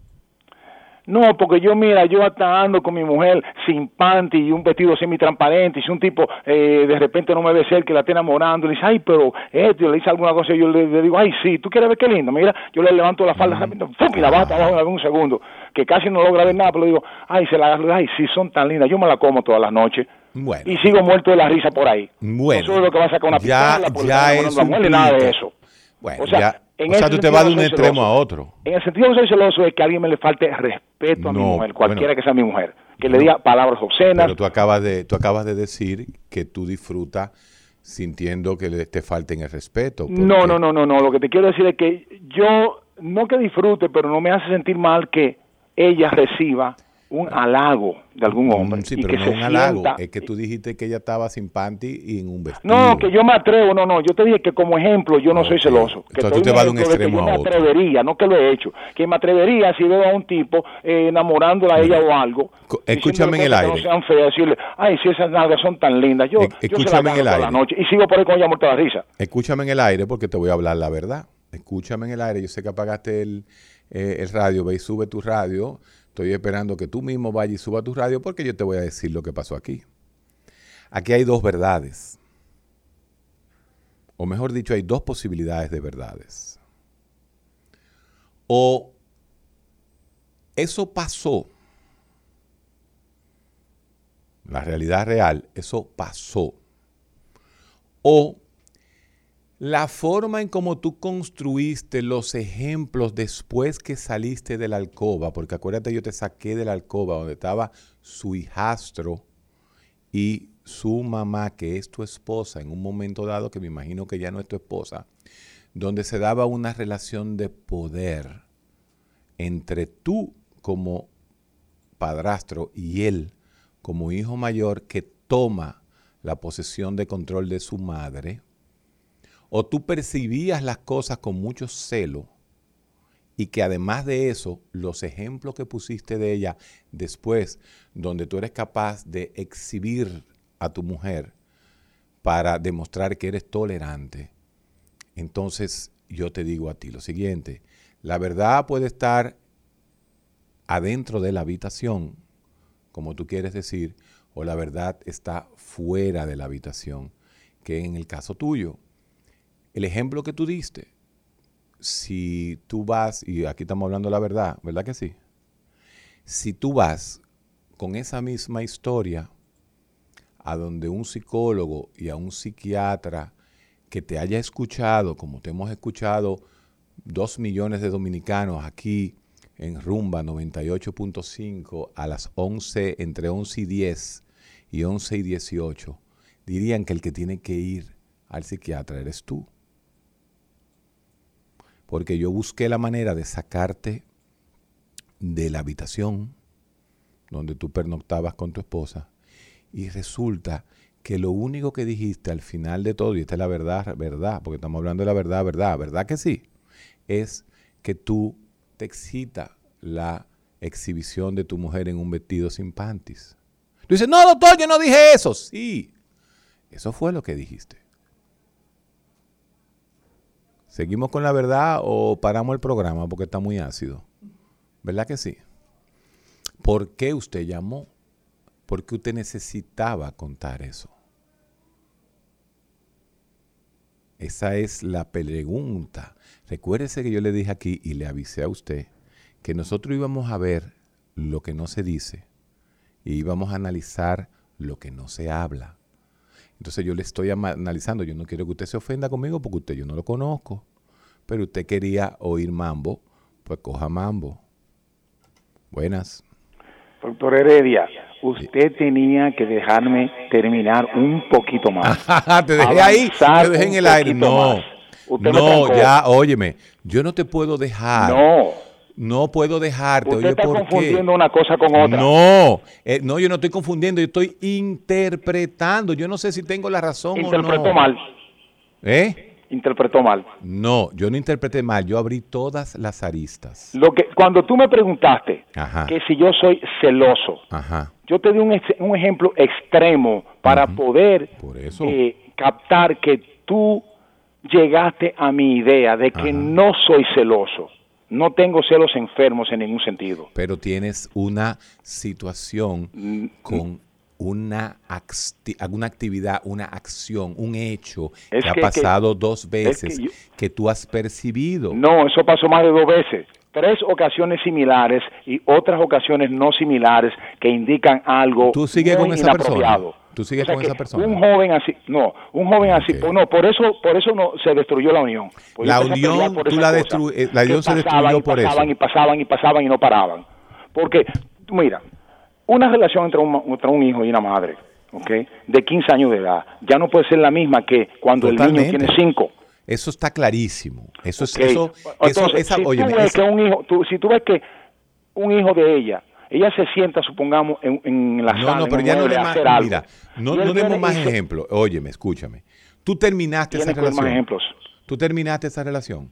No, porque yo hasta ando con mi mujer sin panty y un vestido semitransparente, y si un tipo de repente no me ve cerca y la está enamorando, le dice, ay, pero yo le dice alguna cosa y yo le digo, ay, sí, ¿tú quieres ver qué lindo? Mira, yo le levanto la falda rápido, y la bato abajo en un segundo, que casi no logra ver nada, pero le digo, ay, ay, sí, son tan lindas, yo me la como todas las noches. Bueno. Y sigo muerto de la risa por ahí. Bueno. Eso es lo que va a sacar una pistola, porque ya es la mujer, nada de eso. Bueno, o sea, tú te vas de un extremo a otro. En el sentido de ser celoso es que a alguien me le falte respeto a mi mujer, cualquiera que sea mi mujer, que le diga palabras obscenas. Pero tú acabas de decir que tú disfrutas sintiendo que te falten el respeto. No, lo que te quiero decir es que yo, no que disfrute, pero no me hace sentir mal que ella reciba un halago de algún hombre. Sí, pero no un halago, es que tú dijiste que ella estaba sin panty y en un vestido. No, que yo me atrevo, yo te dije que como ejemplo yo no soy celoso. Que entonces tú te vas de un extremo a otro. Yo me atrevería, no que lo he hecho, que me atrevería si veo a un tipo enamorándola a ella o algo. Escúchame en el aire. Que no sean feas, decirle, ay, si esas nalgas son tan lindas, escúchame en el aire. La noche, y sigo por ahí con ella muerta la risa. Escúchame en el aire porque te voy a hablar la verdad. Escúchame en el aire, yo sé que apagaste el radio, ve y sube tu radio. Estoy esperando que tú mismo vayas y suba tu radio porque yo te voy a decir lo que pasó aquí. Aquí hay 2 verdades. O mejor dicho, hay 2 posibilidades de verdades. O eso pasó. La realidad real, eso pasó. O la forma en cómo tú construiste los ejemplos después que saliste de la alcoba, porque acuérdate, yo te saqué de la alcoba donde estaba su hijastro y su mamá, que es tu esposa, en un momento dado, que me imagino que ya no es tu esposa, donde se daba una relación de poder entre tú como padrastro y él como hijo mayor que toma la posesión de control de su madre. O tú percibías las cosas con mucho celo y que además de eso, los ejemplos que pusiste de ella después, donde tú eres capaz de exhibir a tu mujer para demostrar que eres tolerante, entonces yo te digo a ti lo siguiente, la verdad puede estar adentro de la habitación, como tú quieres decir, o la verdad está fuera de la habitación, que en el caso tuyo. El ejemplo que tú diste, si tú vas, y aquí estamos hablando de la verdad, ¿verdad que sí? Si tú vas con esa misma historia a donde un psicólogo y a un psiquiatra que te haya escuchado, como te hemos escuchado 2 millones de dominicanos aquí en Rumba 98.5 a las 11, entre 11 y 10 y 11 y 18, dirían que el que tiene que ir al psiquiatra eres tú. Porque yo busqué la manera de sacarte de la habitación donde tú pernoctabas con tu esposa y resulta que lo único que dijiste al final de todo, y esta es la verdad, porque estamos hablando de la verdad que sí, es que tú te excita la exhibición de tu mujer en un vestido sin panties. Tú dices, no, doctor, yo no dije eso. Sí, eso fue lo que dijiste. ¿Seguimos con la verdad o paramos el programa porque está muy ácido? ¿Verdad que sí? ¿Por qué usted llamó? ¿Por qué usted necesitaba contar eso? Esa es la pregunta. Recuérdese que yo le dije aquí y le avisé a usted que nosotros íbamos a ver lo que no se dice y íbamos a analizar lo que no se habla. Entonces yo le estoy analizando. Yo no quiero que usted se ofenda conmigo porque yo no lo conozco. Pero usted quería oír mambo, pues coja mambo. Buenas. Doctor Heredia, usted tenía que dejarme terminar un poquito más. Te dejé ahí, te dejé en el aire. No, ya, óyeme, yo no te puedo dejar. No puedo dejarte. Usted Oye, está ¿por confundiendo qué? una cosa con otra. No, yo no estoy confundiendo, yo estoy interpretando. Yo no sé si tengo la razón o no. Interpretó mal. Interpretó mal. No, yo no interpreté mal, yo abrí todas las aristas. Cuando tú me preguntaste que si yo soy celoso, yo te di un ejemplo extremo para poder captar que tú llegaste a mi idea de que no soy celoso. No tengo celos enfermos en ningún sentido. Pero tienes una situación con una actividad, una acción, un hecho que ha pasado 2 veces que tú has percibido. No, eso pasó más de 2 veces. 3 ocasiones similares y otras ocasiones no similares que indican algo ¿Tú sigues muy con esa inapropiado. persona? ¿Tú sigues con esa persona? Un joven así, por eso no se destruyó la unión. La unión, la unión se destruyó por eso. Pasaban y no paraban. Porque, mira, una relación entre un hijo y una madre, de 15 años de edad, ya no puede ser la misma que cuando el niño tiene 5. Eso está clarísimo. Eso es si tú ves que un hijo de ella se sienta, supongamos, en la sala, pero ya no demos más ejemplos. Óyeme, escúchame. ¿Tú terminaste esa relación? Más ejemplos. ¿Tú terminaste esa relación?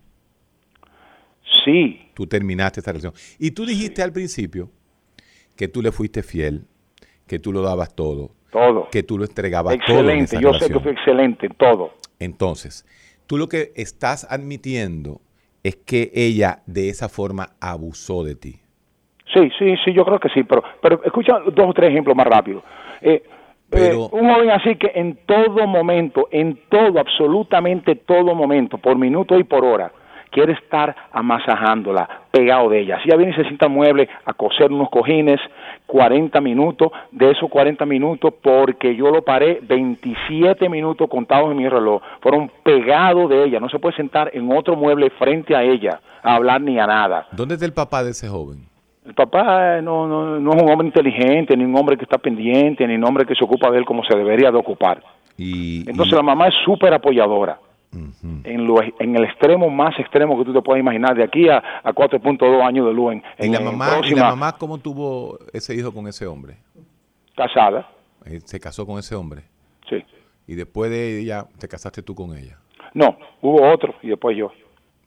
Sí. Tú terminaste esa relación. Y tú dijiste al principio que tú le fuiste fiel, que tú lo dabas todo. Todo. Que tú lo entregabas excelente, todo en esa yo relación. Sé que fui excelente en todo. Entonces, tú lo que estás admitiendo es que ella de esa forma abusó de ti. Sí, yo creo que sí, pero escucha 2 o 3 ejemplos más rápido. Un joven así que en todo momento, absolutamente todo momento, por minuto y por hora, quiere estar amasajándola, pegado de ella. Si ella viene y se sienta al mueble a coser unos cojines, 40 minutos, de esos 40 minutos, porque yo lo paré, 27 minutos contados en mi reloj, fueron pegados de ella. No se puede sentar en otro mueble frente a ella a hablar ni a nada. ¿Dónde está el papá de ese joven? El papá no es un hombre inteligente, ni un hombre que está pendiente, ni un hombre que se ocupa de él como se debería de ocupar. Entonces la mamá es súper apoyadora. En el extremo más extremo que tú te puedas imaginar, de aquí a 4.2 años de luz. ¿Y la mamá cómo tuvo ese hijo con ese hombre? Casada. ¿Se casó con ese hombre? Sí. ¿Y después de ella te casaste tú con ella? No, hubo otro y después yo.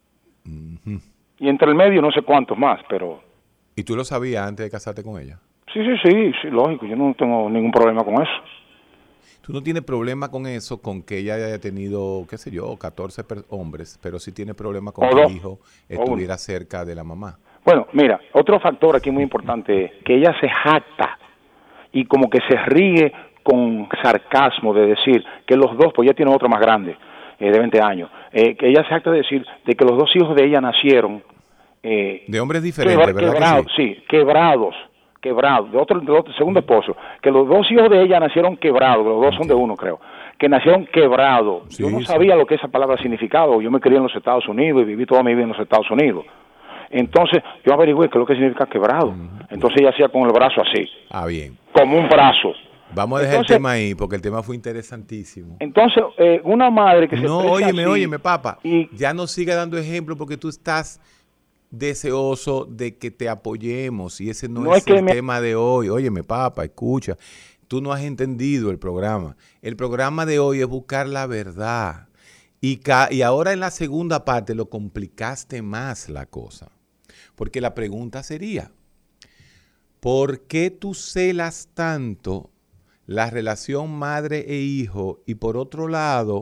Y entre el medio no sé cuántos más, pero... ¿Y tú lo sabías antes de casarte con ella? Sí, lógico, yo no tengo ningún problema con eso. ¿Tú no tienes problema con eso, con que ella haya tenido, 14 hombres, pero sí tienes problema con que el hijo estuviera cerca de la mamá? Bueno, mira, otro factor aquí muy importante es que ella se jacta y como que se ríe con sarcasmo de decir que los dos, pues ya tiene otro más grande, de 20 años, que ella se jacta de decir de que los 2 hijos de ella nacieron de hombres diferentes, ¿verdad? Quebrados, de otro segundo esposo, que los 2 hijos de ella nacieron quebrados, los 2 son de uno, creo, que nacieron quebrados. Yo no sabía lo que esa palabra significaba, yo me crié en los Estados Unidos y viví toda mi vida en los Estados Unidos. Entonces, yo averigüé qué es lo que significa quebrado. Entonces ella hacía con el brazo así. Bien. Como un brazo. Vamos a dejar el tema ahí, porque el tema fue interesantísimo. Entonces, una madre que se óyeme, papá, ya no siga dando ejemplos porque tú estás deseoso de que te apoyemos y ese no es el tema de hoy. Óyeme, papá, escucha, tú no has entendido el programa. El programa de hoy es buscar la verdad y ahora en la segunda parte lo complicaste más la cosa, porque la pregunta sería, ¿por qué tú celas tanto la relación madre e hijo y por otro lado,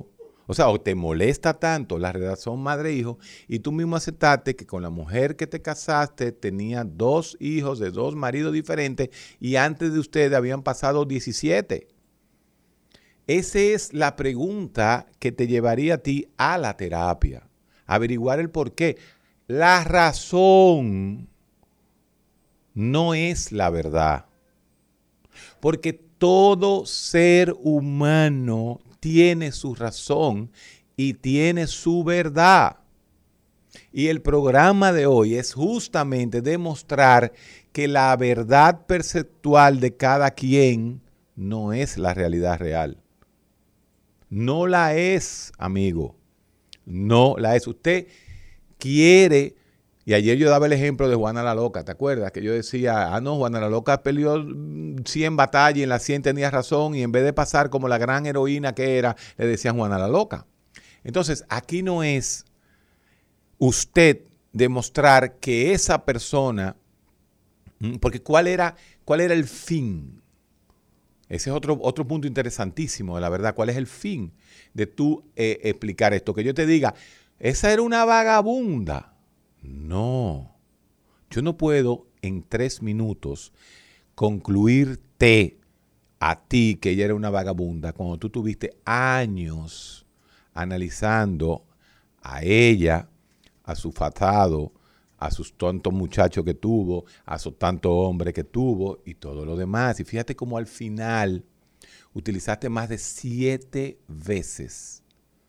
O sea, o te molesta tanto la relación madre-hijo y tú mismo aceptaste que con la mujer que te casaste tenía 2 hijos de 2 maridos diferentes y antes de ustedes habían pasado 17. Esa es la pregunta que te llevaría a ti a la terapia. Averiguar el por qué. La razón no es la verdad. Porque todo ser humano tiene su razón y tiene su verdad. Y el programa de hoy es justamente demostrar que la verdad perceptual de cada quien no es la realidad real. No la es, amigo. No la es. Usted quiere, y ayer yo daba el ejemplo de Juana la Loca, ¿te acuerdas? Que yo decía, no, Juana la Loca peleó 100 batallas y en las 100 tenía razón y en vez de pasar como la gran heroína que era, le decían Juana la Loca. Entonces, aquí no es usted demostrar que esa persona, porque ¿cuál era el fin? Ese es otro punto interesantísimo de la verdad. ¿Cuál es el fin de tú explicar esto? Que yo te diga, esa era una vagabunda. No, yo no puedo en 3 minutos concluirte a ti que ella era una vagabunda cuando tú tuviste años analizando a ella, a su fatado, a sus tantos muchachos que tuvo, a sus tantos hombres que tuvo y todo lo demás. Y fíjate cómo al final utilizaste más de 7 veces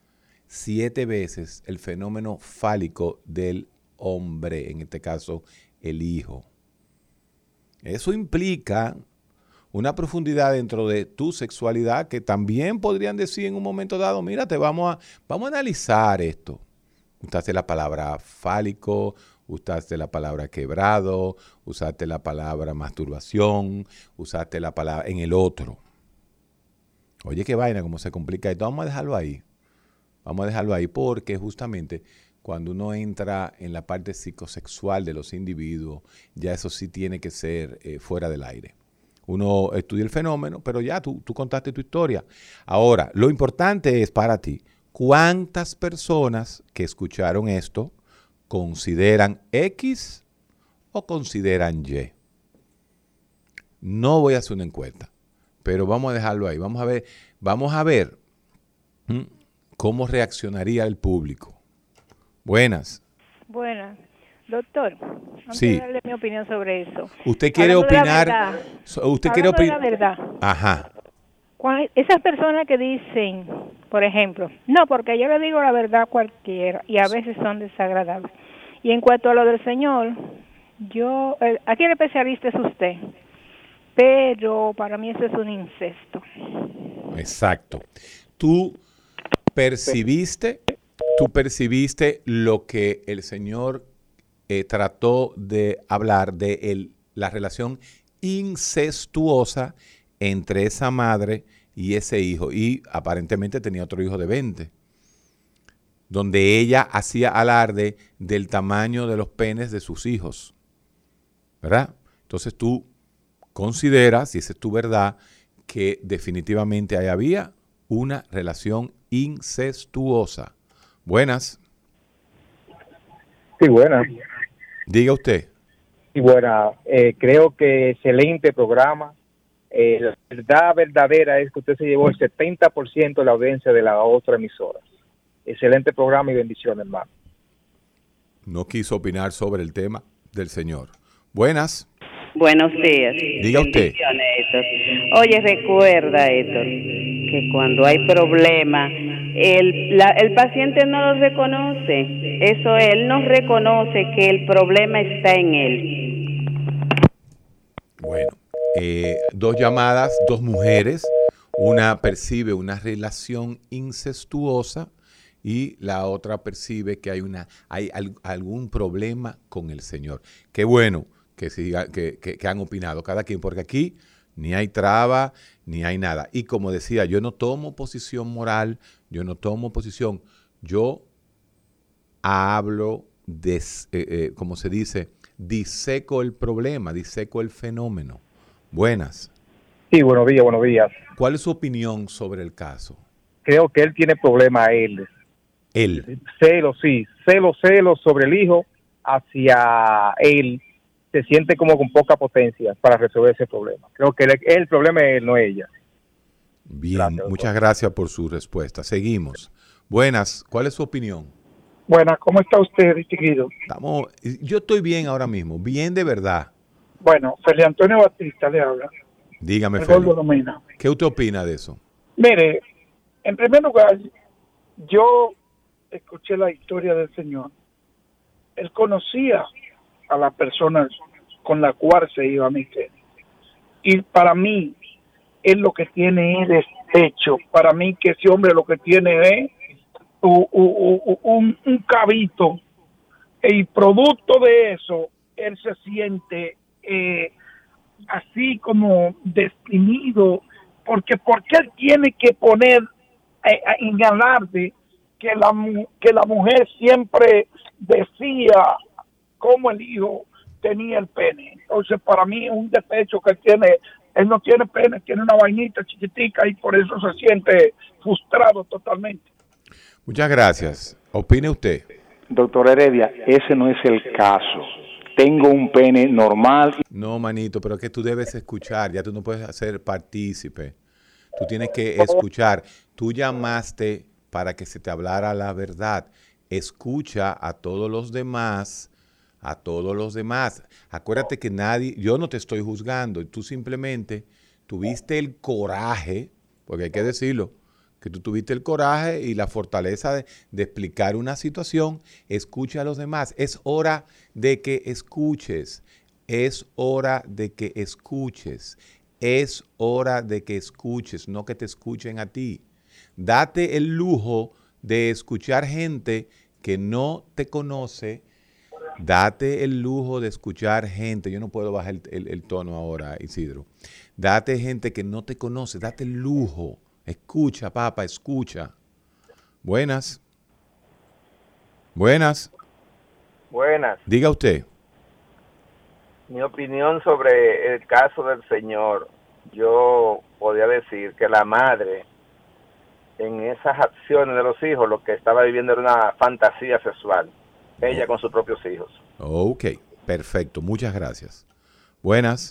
el fenómeno fálico del hombre, en este caso el hijo. Eso implica una profundidad dentro de tu sexualidad que también podrían decir en un momento dado, mírate, vamos a analizar esto. Usaste la palabra fálico, usaste la palabra quebrado, usaste la palabra masturbación, usaste la palabra en el otro. Oye, qué vaina, cómo se complica esto. Vamos a dejarlo ahí. Vamos a dejarlo ahí porque justamente cuando uno entra en la parte psicosexual de los individuos, ya eso sí tiene que ser fuera del aire. Uno estudia el fenómeno, pero ya tú contaste tu historia. Ahora, lo importante es para ti, ¿cuántas personas que escucharon esto consideran X o consideran Y? No voy a hacer una encuesta, pero vamos a dejarlo ahí. Vamos a ver cómo reaccionaría el público. Buenas. Buenas. Doctor, antes sí. de darle mi opinión sobre eso. ¿Usted quiere opinar? ¿Usted quiere opinar? La verdad. Ajá. Esas personas que dicen, por ejemplo, no, porque yo le digo la verdad a cualquiera y a veces son desagradables. Y en cuanto a lo del señor, aquí el especialista es usted, pero para mí eso es un incesto. Exacto. Tú percibiste lo que el señor trató de hablar de la relación incestuosa entre esa madre y ese hijo. Y aparentemente tenía otro hijo de 20, donde ella hacía alarde del tamaño de los penes de sus hijos. ¿Verdad? Entonces tú consideras, si esa es tu verdad, que definitivamente ahí había una relación incestuosa. Buenas. Sí, buenas. Diga usted. Sí, buena. Creo que excelente programa. La verdad verdadera es que usted se llevó el 70% de la audiencia de la otra emisora. Excelente programa y bendiciones, hermano. No quiso opinar sobre el tema del señor. Buenas. Buenos días. Diga usted. Héctor. Oye, recuerda, Héctor, que cuando hay problema, el paciente no lo reconoce. Eso él no reconoce que el problema está en él. Bueno, 2 llamadas, 2 mujeres. Una percibe una relación incestuosa y la otra percibe que hay algún problema con el señor. Qué bueno que han opinado cada quien, porque aquí ni hay traba, ni hay nada. Y como decía, yo no tomo posición moral, yo no tomo posición, yo hablo, como se dice, diseco el problema, diseco el fenómeno. Buenas. Sí, buenos días, buenos días. ¿Cuál es su opinión sobre el caso? creo que él tiene problema él. Celos sobre el hijo hacia él. Se siente como con poca potencia para resolver ese problema. Creo que el problema es él, no ella. Bien, gracias, muchas gracias por su respuesta. Seguimos. Buenas, ¿cuál es su opinión? Buenas, ¿cómo está usted, distinguido? Yo estoy bien ahora mismo, bien de verdad. Bueno, Félix Antonio Batista le habla. Dígame, Félix, ¿qué usted opina de eso? Mire, en primer lugar, yo escuché la historia del Señor. Él conocía a las personas con las cuales se iba a meter. Y para mí, él lo que tiene es despecho. Para mí que ese hombre lo que tiene es un cabito. Y producto de eso, él se siente así como deprimido. Porque él tiene que poner en alarde que la mujer siempre decía cómo el hijo tenía el pene. Entonces, para mí es un despecho que tiene. Él no tiene pene, tiene una vainita chiquitica y por eso se siente frustrado totalmente. Muchas gracias. ¿Opine usted? Doctor Heredia, ese no es el caso. Tengo un pene normal. No, manito, pero es que tú debes escuchar. Ya tú no puedes ser partícipe. Tú tienes que escuchar. Tú llamaste para que se te hablara la verdad. Escucha a todos los demás. A todos los demás. Acuérdate que yo no te estoy juzgando. Tú simplemente tuviste el coraje, porque hay que decirlo, que tú tuviste el coraje y la fortaleza de explicar una situación. Escucha a los demás. Es hora de que escuches. Es hora de que escuches. Es hora de que escuches, no que te escuchen a ti. Date el lujo de escuchar gente que no te conoce. Date el lujo de escuchar gente. Yo no puedo bajar el tono ahora, Isidro. Date gente que no te conoce. Date el lujo. Escucha, papá, escucha. Buenas. Buenas. Buenas. Diga usted. Mi opinión sobre el caso del señor. Yo podría decir que la madre, en esas acciones de los hijos, lo que estaba viviendo era una fantasía sexual. Ella con sus propios hijos. Ok, perfecto. Muchas gracias. Buenas.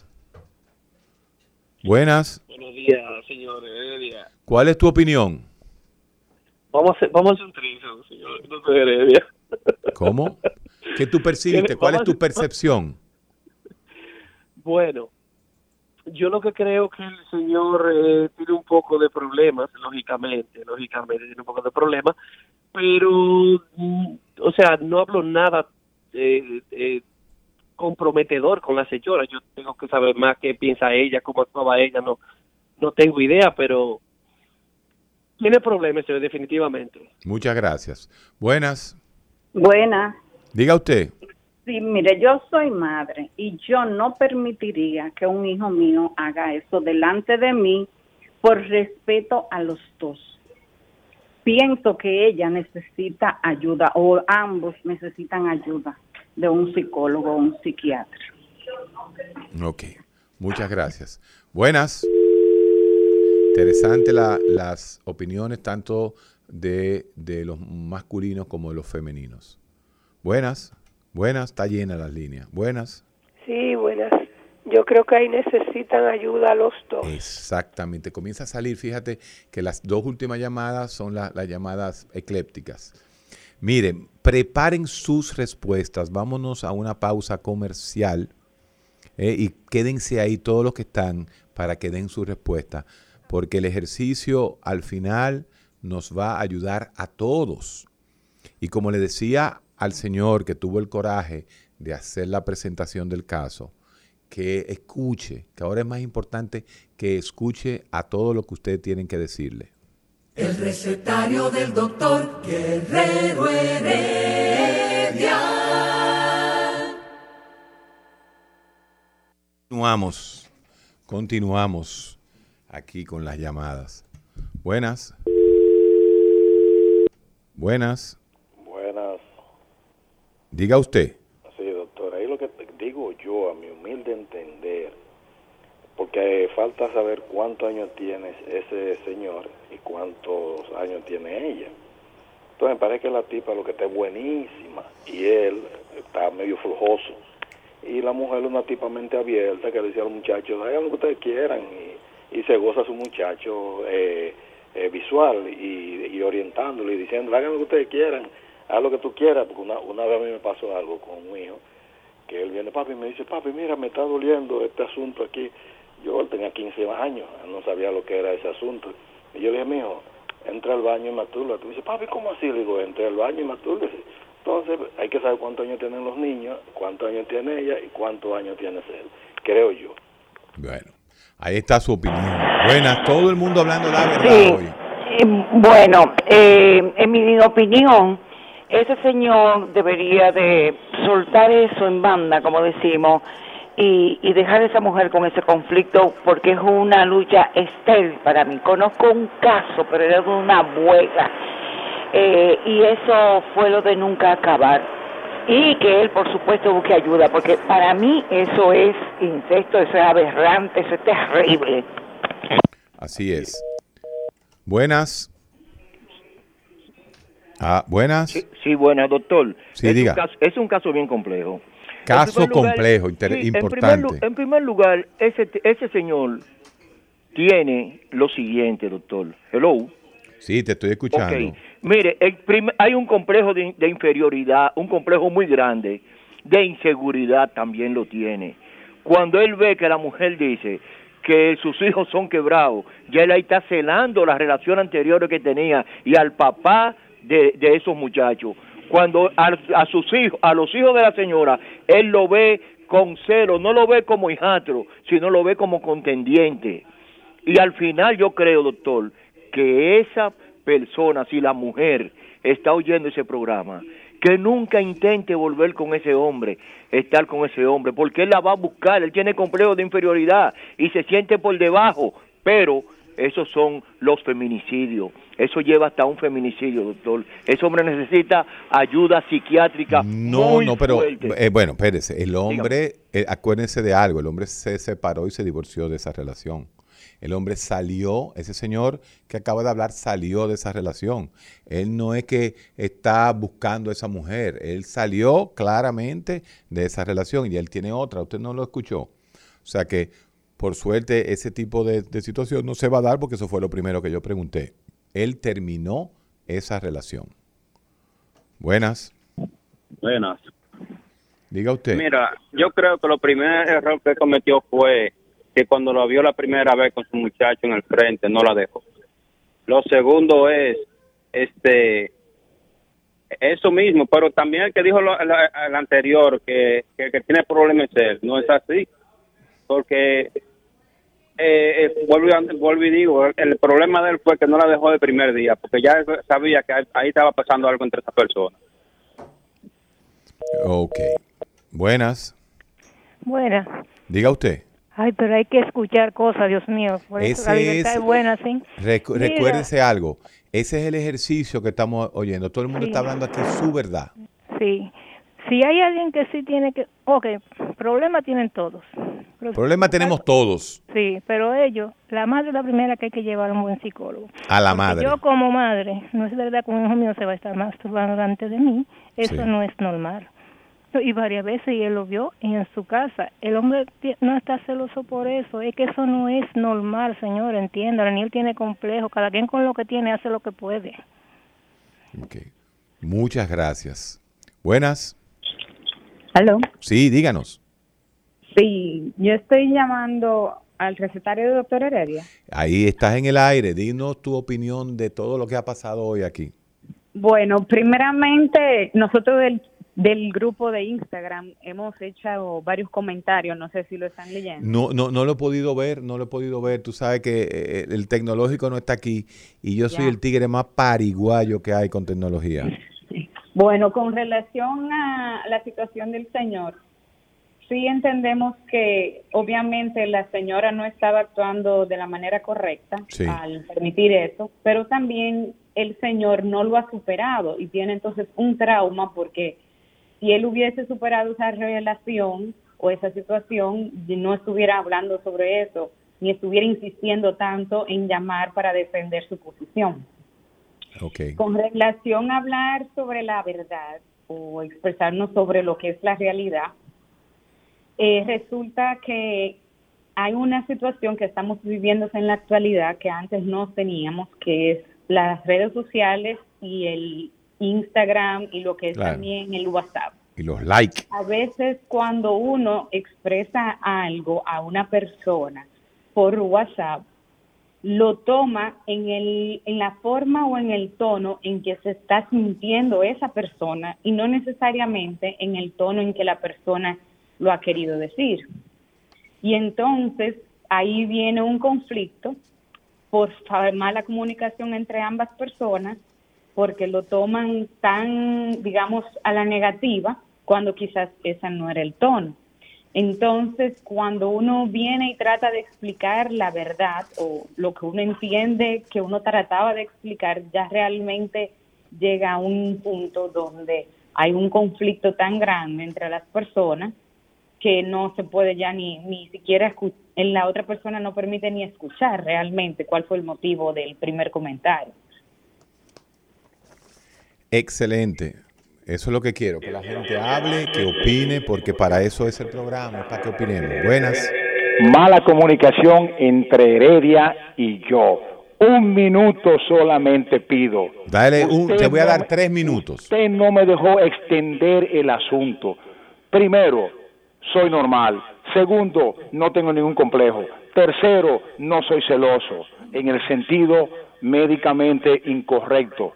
Buenas. Buenos días, señor Heredia. ¿Cuál es tu opinión? Vamos a hacer un trío, señor doctor Heredia. ¿Cómo? ¿Qué tú percibiste? ¿Cuál es tu percepción? Bueno, yo lo que creo que el señor tiene un poco de problemas, lógicamente tiene un poco de problemas, pero, o sea, no hablo nada comprometedor con la señora. Yo tengo que saber más qué piensa ella, cómo actuaba ella, no tengo idea, pero tiene problemas, definitivamente. Muchas gracias. Buenas. Buenas. Diga usted. Sí, mire, yo soy madre y yo no permitiría que un hijo mío haga eso delante de mí por respeto a los dos. Pienso que ella necesita ayuda o ambos necesitan ayuda de un psicólogo o un psiquiatra. Ok, muchas gracias. Buenas. Interesante las opiniones tanto de los masculinos como de los femeninos. Buenas, está llena las líneas. Buenas. Sí, buenas. Yo creo que ahí necesitan ayuda los dos. Exactamente. Comienza a salir, fíjate que las dos últimas llamadas son las llamadas eclépticas. Miren, preparen sus respuestas. Vámonos a una pausa comercial y quédense ahí todos los que están para que den su respuesta. Porque el ejercicio al final nos va a ayudar a todos. Y como le decía al señor que tuvo el coraje de hacer la presentación del caso, que escuche, que ahora es más importante que escuche a todo lo que ustedes tienen que decirle. El recetario del doctor Guerrero Heredia. Continuamos aquí con las llamadas. Buenas. Buenas. Diga usted. Sí, doctor, ahí lo que digo yo, a mi humilde entender, porque falta saber cuántos años tiene ese señor y cuántos años tiene ella. Entonces me parece que la tipa lo que está es buenísima y él está medio flojoso. Y la mujer es una tipa mente abierta que le dice a los muchachos, hagan lo que ustedes quieran y se goza a su muchacho visual y orientándolo y diciendo, hagan lo que ustedes quieran, haz lo que tú quieras, porque una vez a mí me pasó algo con un hijo, que él viene, papi, y me dice, papi, mira, me está doliendo este asunto aquí. Yo tenía 15 años, no sabía lo que era ese asunto. Y yo le dije, mijo, entra al baño y matúrdate. Me dice, papi, ¿cómo así? Le digo, entra al baño y matúrdese. Entonces, hay que saber cuántos años tienen los niños, cuántos años tiene ella y cuántos años tiene él, creo yo. Bueno, ahí está su opinión. Buenas, todo el mundo hablando la verdad hoy. Bueno, en mi opinión, ese señor debería de soltar eso en banda, como decimos, y dejar a esa mujer con ese conflicto, porque es una lucha estéril para mí. Conozco un caso, pero era de una abuela, y eso fue lo de nunca acabar. Y que él, por supuesto, busque ayuda, porque para mí eso es incesto, eso es aberrante, eso es terrible. Así es. Buenas. Buenas. Sí, buenas, doctor. Sí, diga. Es un caso bien complejo. Caso complejo, importante. En primer lugar, ese señor tiene lo siguiente, doctor. Hello. Sí, te estoy escuchando. Okay. Mire, hay un complejo de inferioridad, un complejo muy grande, de inseguridad también lo tiene. Cuando él ve que la mujer dice que sus hijos son quebrados, ya él ahí está celando la relación anterior que tenía y al papá de esos muchachos. Cuando a los hijos de la señora, él lo ve con celo, no lo ve como hijastro, sino lo ve como contendiente. Y al final yo creo, doctor, que esa persona, si la mujer está oyendo ese programa, que nunca intente volver con ese hombre, estar con ese hombre, porque él la va a buscar, él tiene complejo de inferioridad y se siente por debajo, pero esos son los feminicidios, eso lleva hasta un feminicidio, doctor. Ese hombre necesita ayuda psiquiátrica muy fuerte. Bueno, espérese, el hombre, acuérdense de algo, el hombre se separó y se divorció de esa relación. El hombre salió, ese señor que acaba de hablar salió de esa relación. Él no es que está buscando a esa mujer, él salió claramente de esa relación y él tiene otra, usted no lo escuchó. O sea que, por suerte, ese tipo de situación no se va a dar porque eso fue lo primero que yo pregunté. Él terminó esa relación. Buenas. Buenas. Diga usted. Mira, yo creo que lo primer error que cometió fue que cuando lo vio la primera vez con su muchacho en el frente, no la dejó. Lo segundo es, eso mismo, pero también el que dijo el anterior, que tiene problemas es él, no es así. Porque, vuelvo y digo, el problema de él fue que no la dejó el primer día, porque ya sabía que ahí estaba pasando algo entre esas personas. Ok. Buenas. Buenas. Diga usted. Ay, pero hay que escuchar cosas, Dios mío. Por eso la libertad es buena, ¿sí? Recuérdese algo. Ese es el ejercicio que estamos oyendo. Todo el mundo está hablando aquí su verdad. Sí. Si hay alguien que sí tiene que... Ok, problema tienen todos. Problema tenemos todos. Sí, pero ellos, la madre es la primera que hay que llevar a un buen psicólogo. A la madre. Yo como madre, no es verdad que un hijo mío se va a estar masturbando delante de mí. Eso no es normal. Y varias veces, y él lo vio en su casa. El hombre no está celoso por eso. Es que eso no es normal, señor, entiéndalo. Ni él tiene complejo. Cada quien con lo que tiene hace lo que puede. Ok. Muchas gracias. Buenas. ¿Aló? Sí, díganos. Sí, yo estoy llamando al recetario del doctor Heredia. Ahí estás en el aire. Dinos tu opinión de todo lo que ha pasado hoy aquí. Bueno, primeramente, nosotros del grupo de Instagram hemos hecho varios comentarios, no sé si lo están leyendo. No lo he podido ver, Tú sabes que el tecnológico no está aquí y yo soy el tigre más pariguayo que hay con tecnología. Bueno, con relación a la situación del señor, sí entendemos que obviamente la señora no estaba actuando de la manera correcta al permitir eso, pero también el señor no lo ha superado y tiene entonces un trauma porque si él hubiese superado esa relación, o esa situación, no estuviera hablando sobre eso, ni estuviera insistiendo tanto en llamar para defender su posición. Okay. Con relación a hablar sobre la verdad o expresarnos sobre lo que es la realidad, resulta que hay una situación que estamos viviendo en la actualidad que antes no teníamos, que es las redes sociales y el Instagram y lo que es también el WhatsApp. Y los likes. A veces cuando uno expresa algo a una persona por WhatsApp, lo toma en la forma o en el tono en que se está sintiendo esa persona y no necesariamente en el tono en que la persona lo ha querido decir. Y entonces ahí viene un conflicto por mala comunicación entre ambas personas, porque lo toman tan, digamos, a la negativa, cuando quizás ese no era el tono. Entonces, cuando uno viene y trata de explicar la verdad o lo que uno entiende que uno trataba de explicar, ya realmente llega a un punto donde hay un conflicto tan grande entre las personas que no se puede ya ni siquiera en la otra persona no permite ni escuchar realmente cuál fue el motivo del primer comentario. Excelente. Eso es lo que quiero, que la gente hable, que opine, porque para eso es el programa, para que opinemos. Buenas. Mala comunicación entre Heredia y yo. 1 minuto solamente pido. Te voy a dar 3 minutos. Usted no me dejó extender el asunto. Primero, soy normal. Segundo, no tengo ningún complejo. Tercero, no soy celoso, en el sentido médicamente incorrecto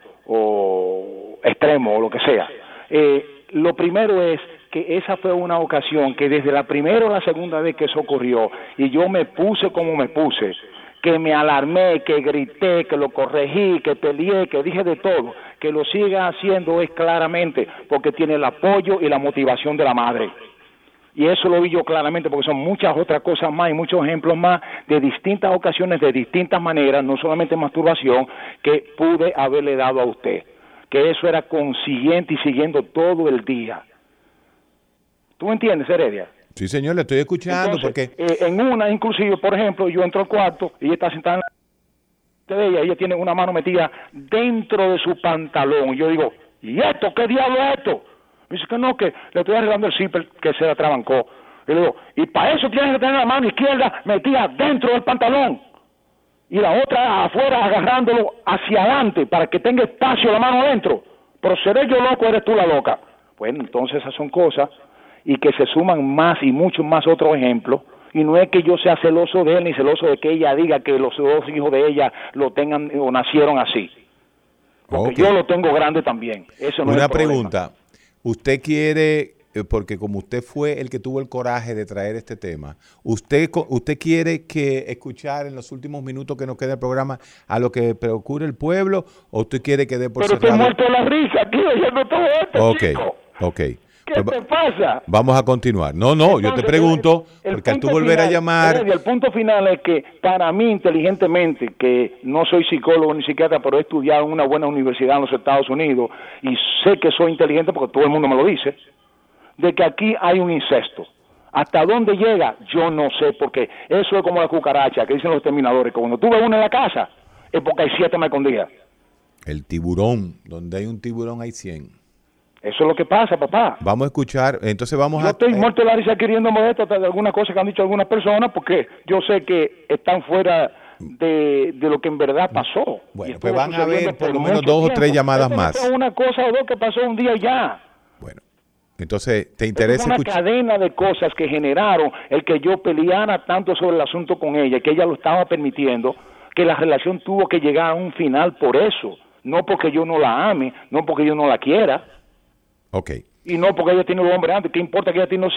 o extremo o lo que sea. Lo primero es que esa fue una ocasión que desde la primera o la segunda vez que eso ocurrió y yo me puse como me puse, que me alarmé, que grité, que lo corregí, que peleé, que dije de todo, que lo siga haciendo es claramente porque tiene el apoyo y la motivación de la madre. Y eso lo vi yo claramente porque son muchas otras cosas más y muchos ejemplos más de distintas ocasiones, de distintas maneras, no solamente masturbación, que pude haberle dado a usted. Que eso era consciente y siguiendo todo el día. ¿Tú me entiendes, Heredia? Sí, señor, le estoy escuchando. Entonces, porque en una, inclusive, por ejemplo, yo entro al cuarto y ella está sentada en ella tiene una mano metida dentro de su pantalón. Y yo digo, ¿y esto? ¿Qué diablo es esto? Me dice que no, que le estoy arreglando el zipper que se atrabancó. Y le digo, y para eso tienes que tener la mano izquierda metida dentro del pantalón y la otra afuera agarrándolo hacia adelante para que tenga espacio la mano adentro. Pero seré yo loco, eres tú la loca. Bueno, entonces esas son cosas y que se suman más y muchos más otros ejemplos. Y no es que yo sea celoso de él ni celoso de que ella diga que los 2 hijos de ella lo tengan o nacieron así. Porque yo lo tengo grande también. Eso no es el problema. Una pregunta. ¿Usted quiere, porque como usted fue el que tuvo el coraje de traer este tema, usted quiere que escuchar en los últimos minutos que nos queda el programa a lo que procure el pueblo, o usted quiere que dé por cerrado? Pero estoy muerto de la risa aquí oyendo todo esto, chico. Ok. ¿Qué te pasa? Vamos a continuar. No, entonces, yo te pregunto, porque al tú volver a llamar... El punto final es que para mí, inteligentemente, que no soy psicólogo ni psiquiatra, pero he estudiado en una buena universidad en los Estados Unidos, y sé que soy inteligente porque todo el mundo me lo dice, de que aquí hay un incesto. ¿Hasta dónde llega? Yo no sé, porque eso es como la cucaracha, que dicen los exterminadores, que cuando tú ves una en la casa, es porque hay 7 más escondidas. El tiburón, donde hay un tiburón hay 100. Eso es lo que pasa, papá. Vamos a escuchar, entonces vamos yo estoy muerto de la risa queriéndome esto de algunas cosas que han dicho algunas personas, porque yo sé que están fuera de lo que en verdad pasó. Bueno, pues van a haber por lo menos 2 o 3 llamadas más. Es una cosa o dos que pasó un día ya. Bueno, entonces, ¿te interesa escuchar? Es una cadena de cosas que generaron el que yo peleara tanto sobre el asunto con ella, que ella lo estaba permitiendo, que la relación tuvo que llegar a un final por eso. No porque yo no la ame, no porque yo no la quiera. Okay. Y no porque ella tiene un hombre antes. ¿Qué importa que ella tiene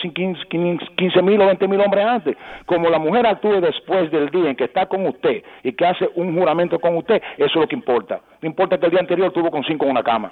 15,000 o 20,000 hombres antes? Como la mujer actúe después del día en que está con usted y que hace un juramento con usted, eso es lo que importa. No importa que el día anterior estuvo con 5 en una cama.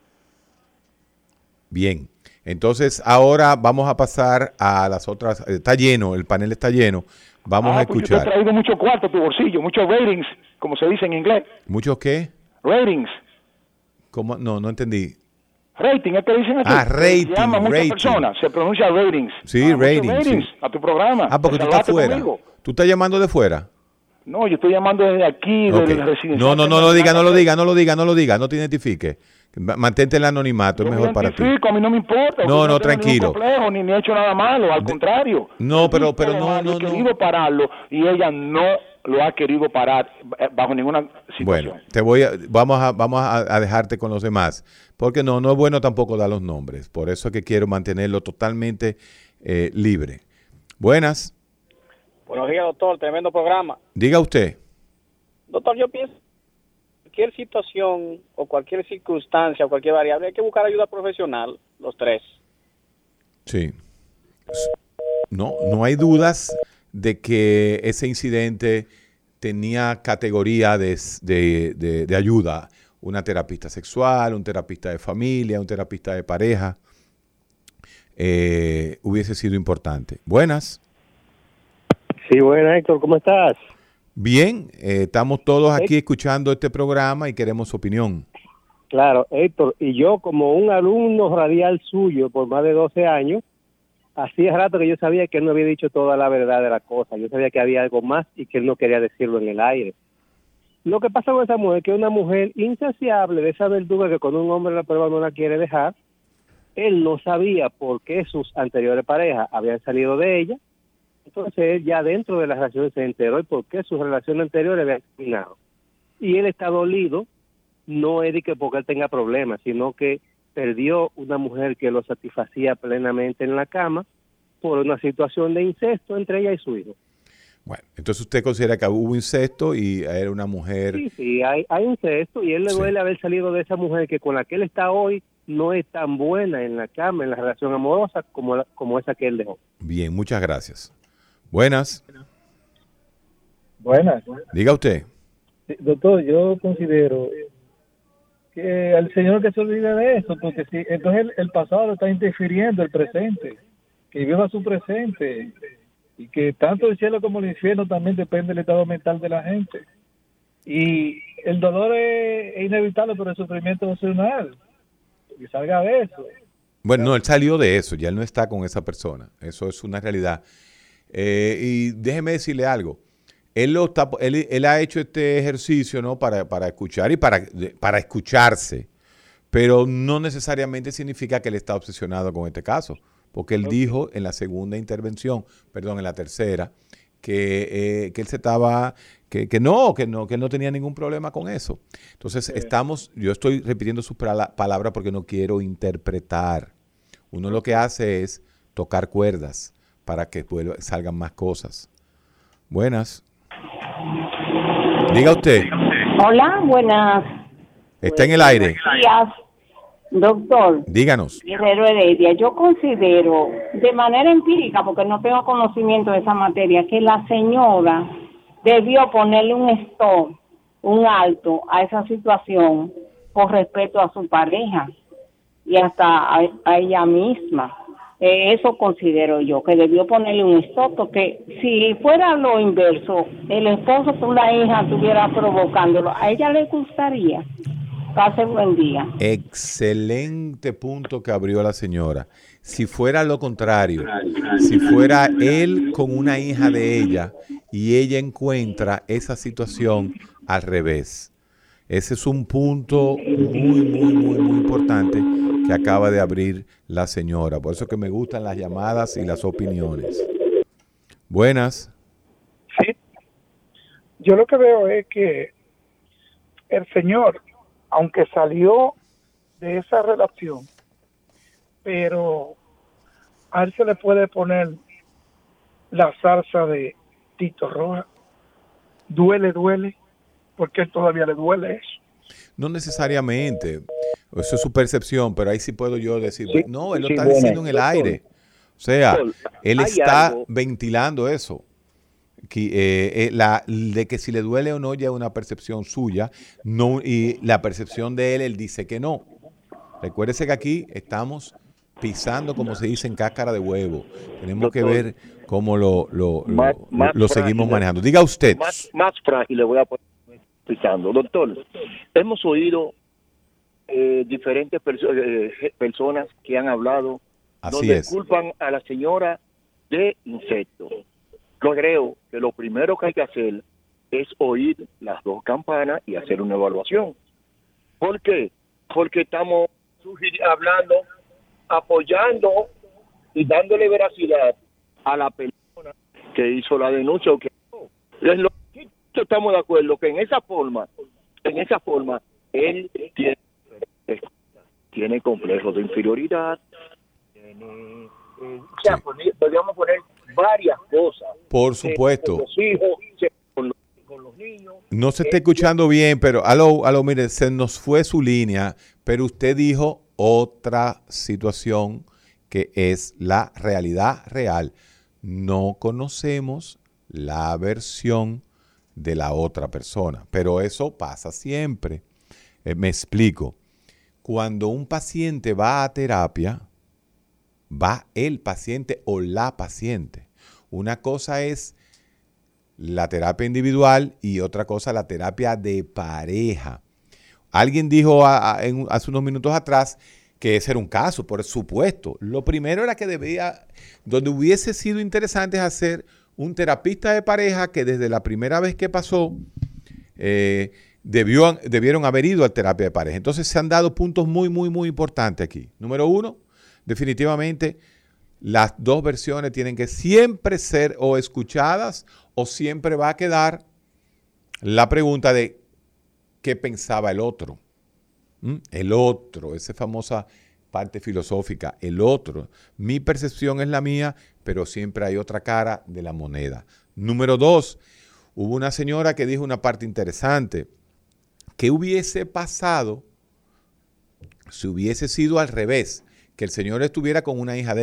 Bien. Entonces, ahora vamos a pasar a las otras. Está lleno, el panel está lleno. Vamos a escuchar. Pues te he traído mucho cuarto a tu bolsillo, muchos ratings, como se dice en inglés. ¿Muchos qué? Ratings. ¿Cómo? No entendí. Rating, es que dicen así. Rating, Se llama a muchas rating. personas, se pronuncia ratings. Sí, ratings. Ratings, Sí. a tu programa. Porque tú estás fuera. Conmigo. ¿Tú estás llamando de fuera? No, yo estoy llamando desde aquí, Ok. desde el residencial. No lo diga, no te identifique. Mantente el anonimato, es mejor para ti. A mí no me importa. No, tengo tranquilo. ningún complejo, ni he hecho nada malo, al contrario. No, pero He querido pararlo y ella no lo ha querido parar bajo ninguna situación. Bueno, vamos a dejarte con los demás, porque no es bueno tampoco dar los nombres. Por eso es que quiero mantenerlo totalmente libre. Buenas. Buenos días, doctor. Tremendo programa. Diga usted. Doctor, yo pienso que cualquier situación o cualquier circunstancia o cualquier variable hay que buscar ayuda profesional, los tres. Sí. No hay dudas de que ese incidente tenía categoría de ayuda. Una terapista sexual, un terapista de familia, un terapista de pareja. Hubiese sido importante. Buenas. Sí, buenas, Héctor, ¿cómo estás? Bien, estamos todos aquí escuchando este programa y queremos su opinión. Claro, Héctor, y yo como un alumno radial suyo por más de 12 años, hacía rato que yo sabía que él no había dicho toda la verdad de la cosa. Yo sabía que había algo más y que él no quería decirlo en el aire. Lo que pasa con esa mujer es que es una mujer insaciable de esa verduga que cuando un hombre la prueba no la quiere dejar. Él no sabía por qué sus anteriores parejas habían salido de ella. Entonces él ya dentro de la relación se enteró y por qué sus relaciones anteriores habían terminado. Y él está dolido, no es de que porque él tenga problemas, sino que perdió una mujer que lo satisfacía plenamente en la cama por una situación de incesto entre ella y su hijo. Bueno, entonces usted considera que hubo incesto y era una mujer... Sí, hay incesto y él le duele haber salido de esa mujer que con la que él está hoy no es tan buena en la cama, en la relación amorosa, como esa que él dejó. Bien, muchas gracias. Buenas. Buenas. Diga usted. Sí, doctor, yo considero que al señor que se olvide de eso, porque si entonces el pasado está interfiriendo el presente, que viva su presente, y que tanto el cielo como el infierno también depende del estado mental de la gente. Y el dolor es inevitable, pero el sufrimiento emocional, que salga de eso. Bueno, no, él salió de eso, ya él no está con esa persona, eso es una realidad. Y déjeme decirle algo, él ha hecho este ejercicio, ¿no? para escuchar y para escucharse, pero no necesariamente significa que él está obsesionado con este caso, porque él dijo en la segunda intervención, en la tercera, que él se estaba, que no tenía ningún problema con eso. Entonces yo estoy repitiendo sus palabras porque no quiero interpretar. Uno lo que hace es tocar cuerdas para que salgan más cosas. Buenas. Diga usted. Hola, buenas. Está en el aire. Días, doctor. Díganos. Guerrero Heredia, yo considero de manera empírica, porque no tengo conocimiento de esa materia, que la señora debió ponerle un stop, un alto a esa situación por respeto a su pareja y hasta a ella misma. Eso considero yo, que debió ponerle un stop, porque si fuera lo inverso, el esposo con la hija estuviera provocándolo, ¿a ella le gustaría? Pase buen día. Excelente punto que abrió la señora. Si fuera lo contrario, si fuera él con una hija de ella y ella encuentra esa situación al revés. Ese es un punto muy importante que acaba de abrir la señora. Por eso que me gustan las llamadas y las opiniones. Buenas. Sí. Yo lo que veo es que el señor, aunque salió de esa relación, pero a él se le puede poner la salsa de Tito Roja. Duele, porque a él todavía le duele eso. No necesariamente, eso es su percepción, pero ahí sí puedo yo decir, Sí, no, él lo sí, está bueno, diciendo en el doctor. aire. O sea, él hay está algo. ventilando eso. De que si le duele o no ya es una percepción suya, no, y la percepción de él dice que no. Recuérdese que aquí estamos pisando, como se dice, en cáscara de huevo. Tenemos que ver cómo lo seguimos manejando. Diga usted. Más frágil le voy a poner explicando. Doctor, hemos oído diferentes personas que han hablado, Así donde es. culpan a la señora de insectos. Yo creo que lo primero que hay que hacer es oír las dos campanas y hacer una evaluación. ¿Por qué? Porque estamos hablando, apoyando y dándole veracidad a la persona que hizo la denuncia. O que estamos de acuerdo que en esa forma él tiene complejos de inferioridad, podríamos poner varias cosas. Por supuesto. Con los hijos, con los niños. No se está escuchando bien, pero aló, mire, se nos fue su línea, pero usted dijo otra situación que es la realidad real. No conocemos la versión de la otra persona, pero eso pasa siempre. Me explico. Cuando un paciente va a terapia, va el paciente o la paciente. Una cosa es la terapia individual y otra cosa la terapia de pareja. Alguien dijo hace unos minutos atrás que ese era un caso, por supuesto. Lo primero era que donde hubiese sido interesante es hacer un terapista de pareja que desde la primera vez que pasó debieron haber ido a terapia de pareja. Entonces se han dado puntos muy, muy, muy importantes aquí. Número uno, definitivamente las dos versiones tienen que siempre ser o escuchadas o siempre va a quedar la pregunta de qué pensaba el otro. El otro, esa famosa parte filosófica, el otro. Mi percepción es la mía, pero siempre hay otra cara de la moneda. Número dos, hubo una señora que dijo una parte interesante. ¿Qué hubiese pasado si hubiese sido al revés? Que el señor estuviera con una hija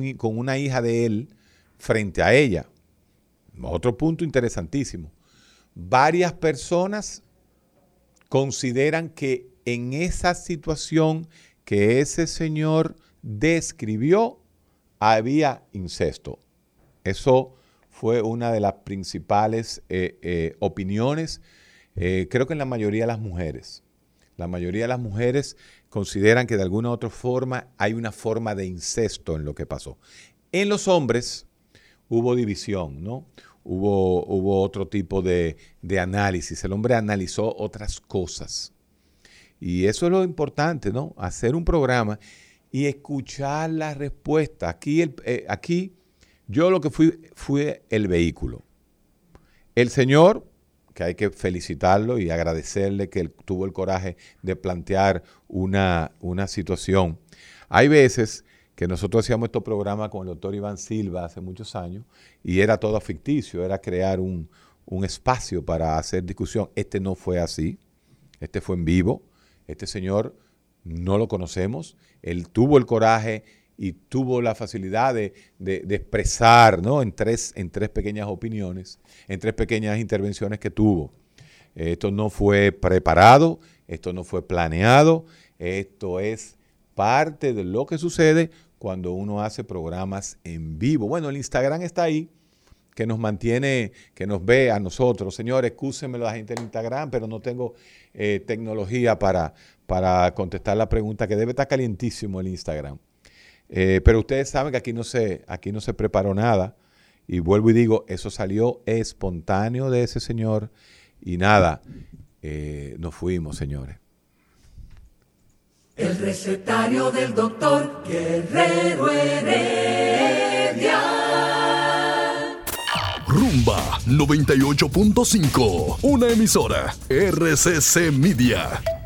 de él frente a ella. Otro punto interesantísimo. Varias personas consideran que en esa situación que ese señor describió había incesto. Eso fue una de las principales opiniones, creo que en la mayoría de las mujeres. La mayoría de las mujeres consideran que de alguna u otra forma hay una forma de incesto en lo que pasó. En los hombres hubo división, ¿no? Hubo otro tipo de análisis. El hombre analizó otras cosas. Y eso es lo importante, ¿no? Hacer un programa y escuchar la respuesta. Aquí yo lo que fui el vehículo. El señor, que hay que felicitarlo y agradecerle que él tuvo el coraje de plantear una situación. Hay veces que nosotros hacíamos estos programas con el doctor Iván Silva hace muchos años y era todo ficticio, era crear un espacio para hacer discusión. Este no fue así, este fue en vivo. Este señor no lo conocemos, él tuvo el coraje y tuvo la facilidad de expresar, ¿no? en tres pequeñas opiniones, en tres pequeñas intervenciones que tuvo. Esto no fue preparado, esto no fue planeado, esto es parte de lo que sucede cuando uno hace programas en vivo. Bueno, el Instagram está ahí, que nos mantiene, que nos ve a nosotros. Señores, excúsenme la gente en Instagram, pero no tengo tecnología para contestar la pregunta, que debe estar calientísimo el Instagram. Pero ustedes saben que aquí no se preparó nada. Y vuelvo y digo, eso salió espontáneo de ese señor. Y nada, nos fuimos, señores. El recetario del doctor Guerrero Heredia. Rumba 98.5, una emisora RCC Media.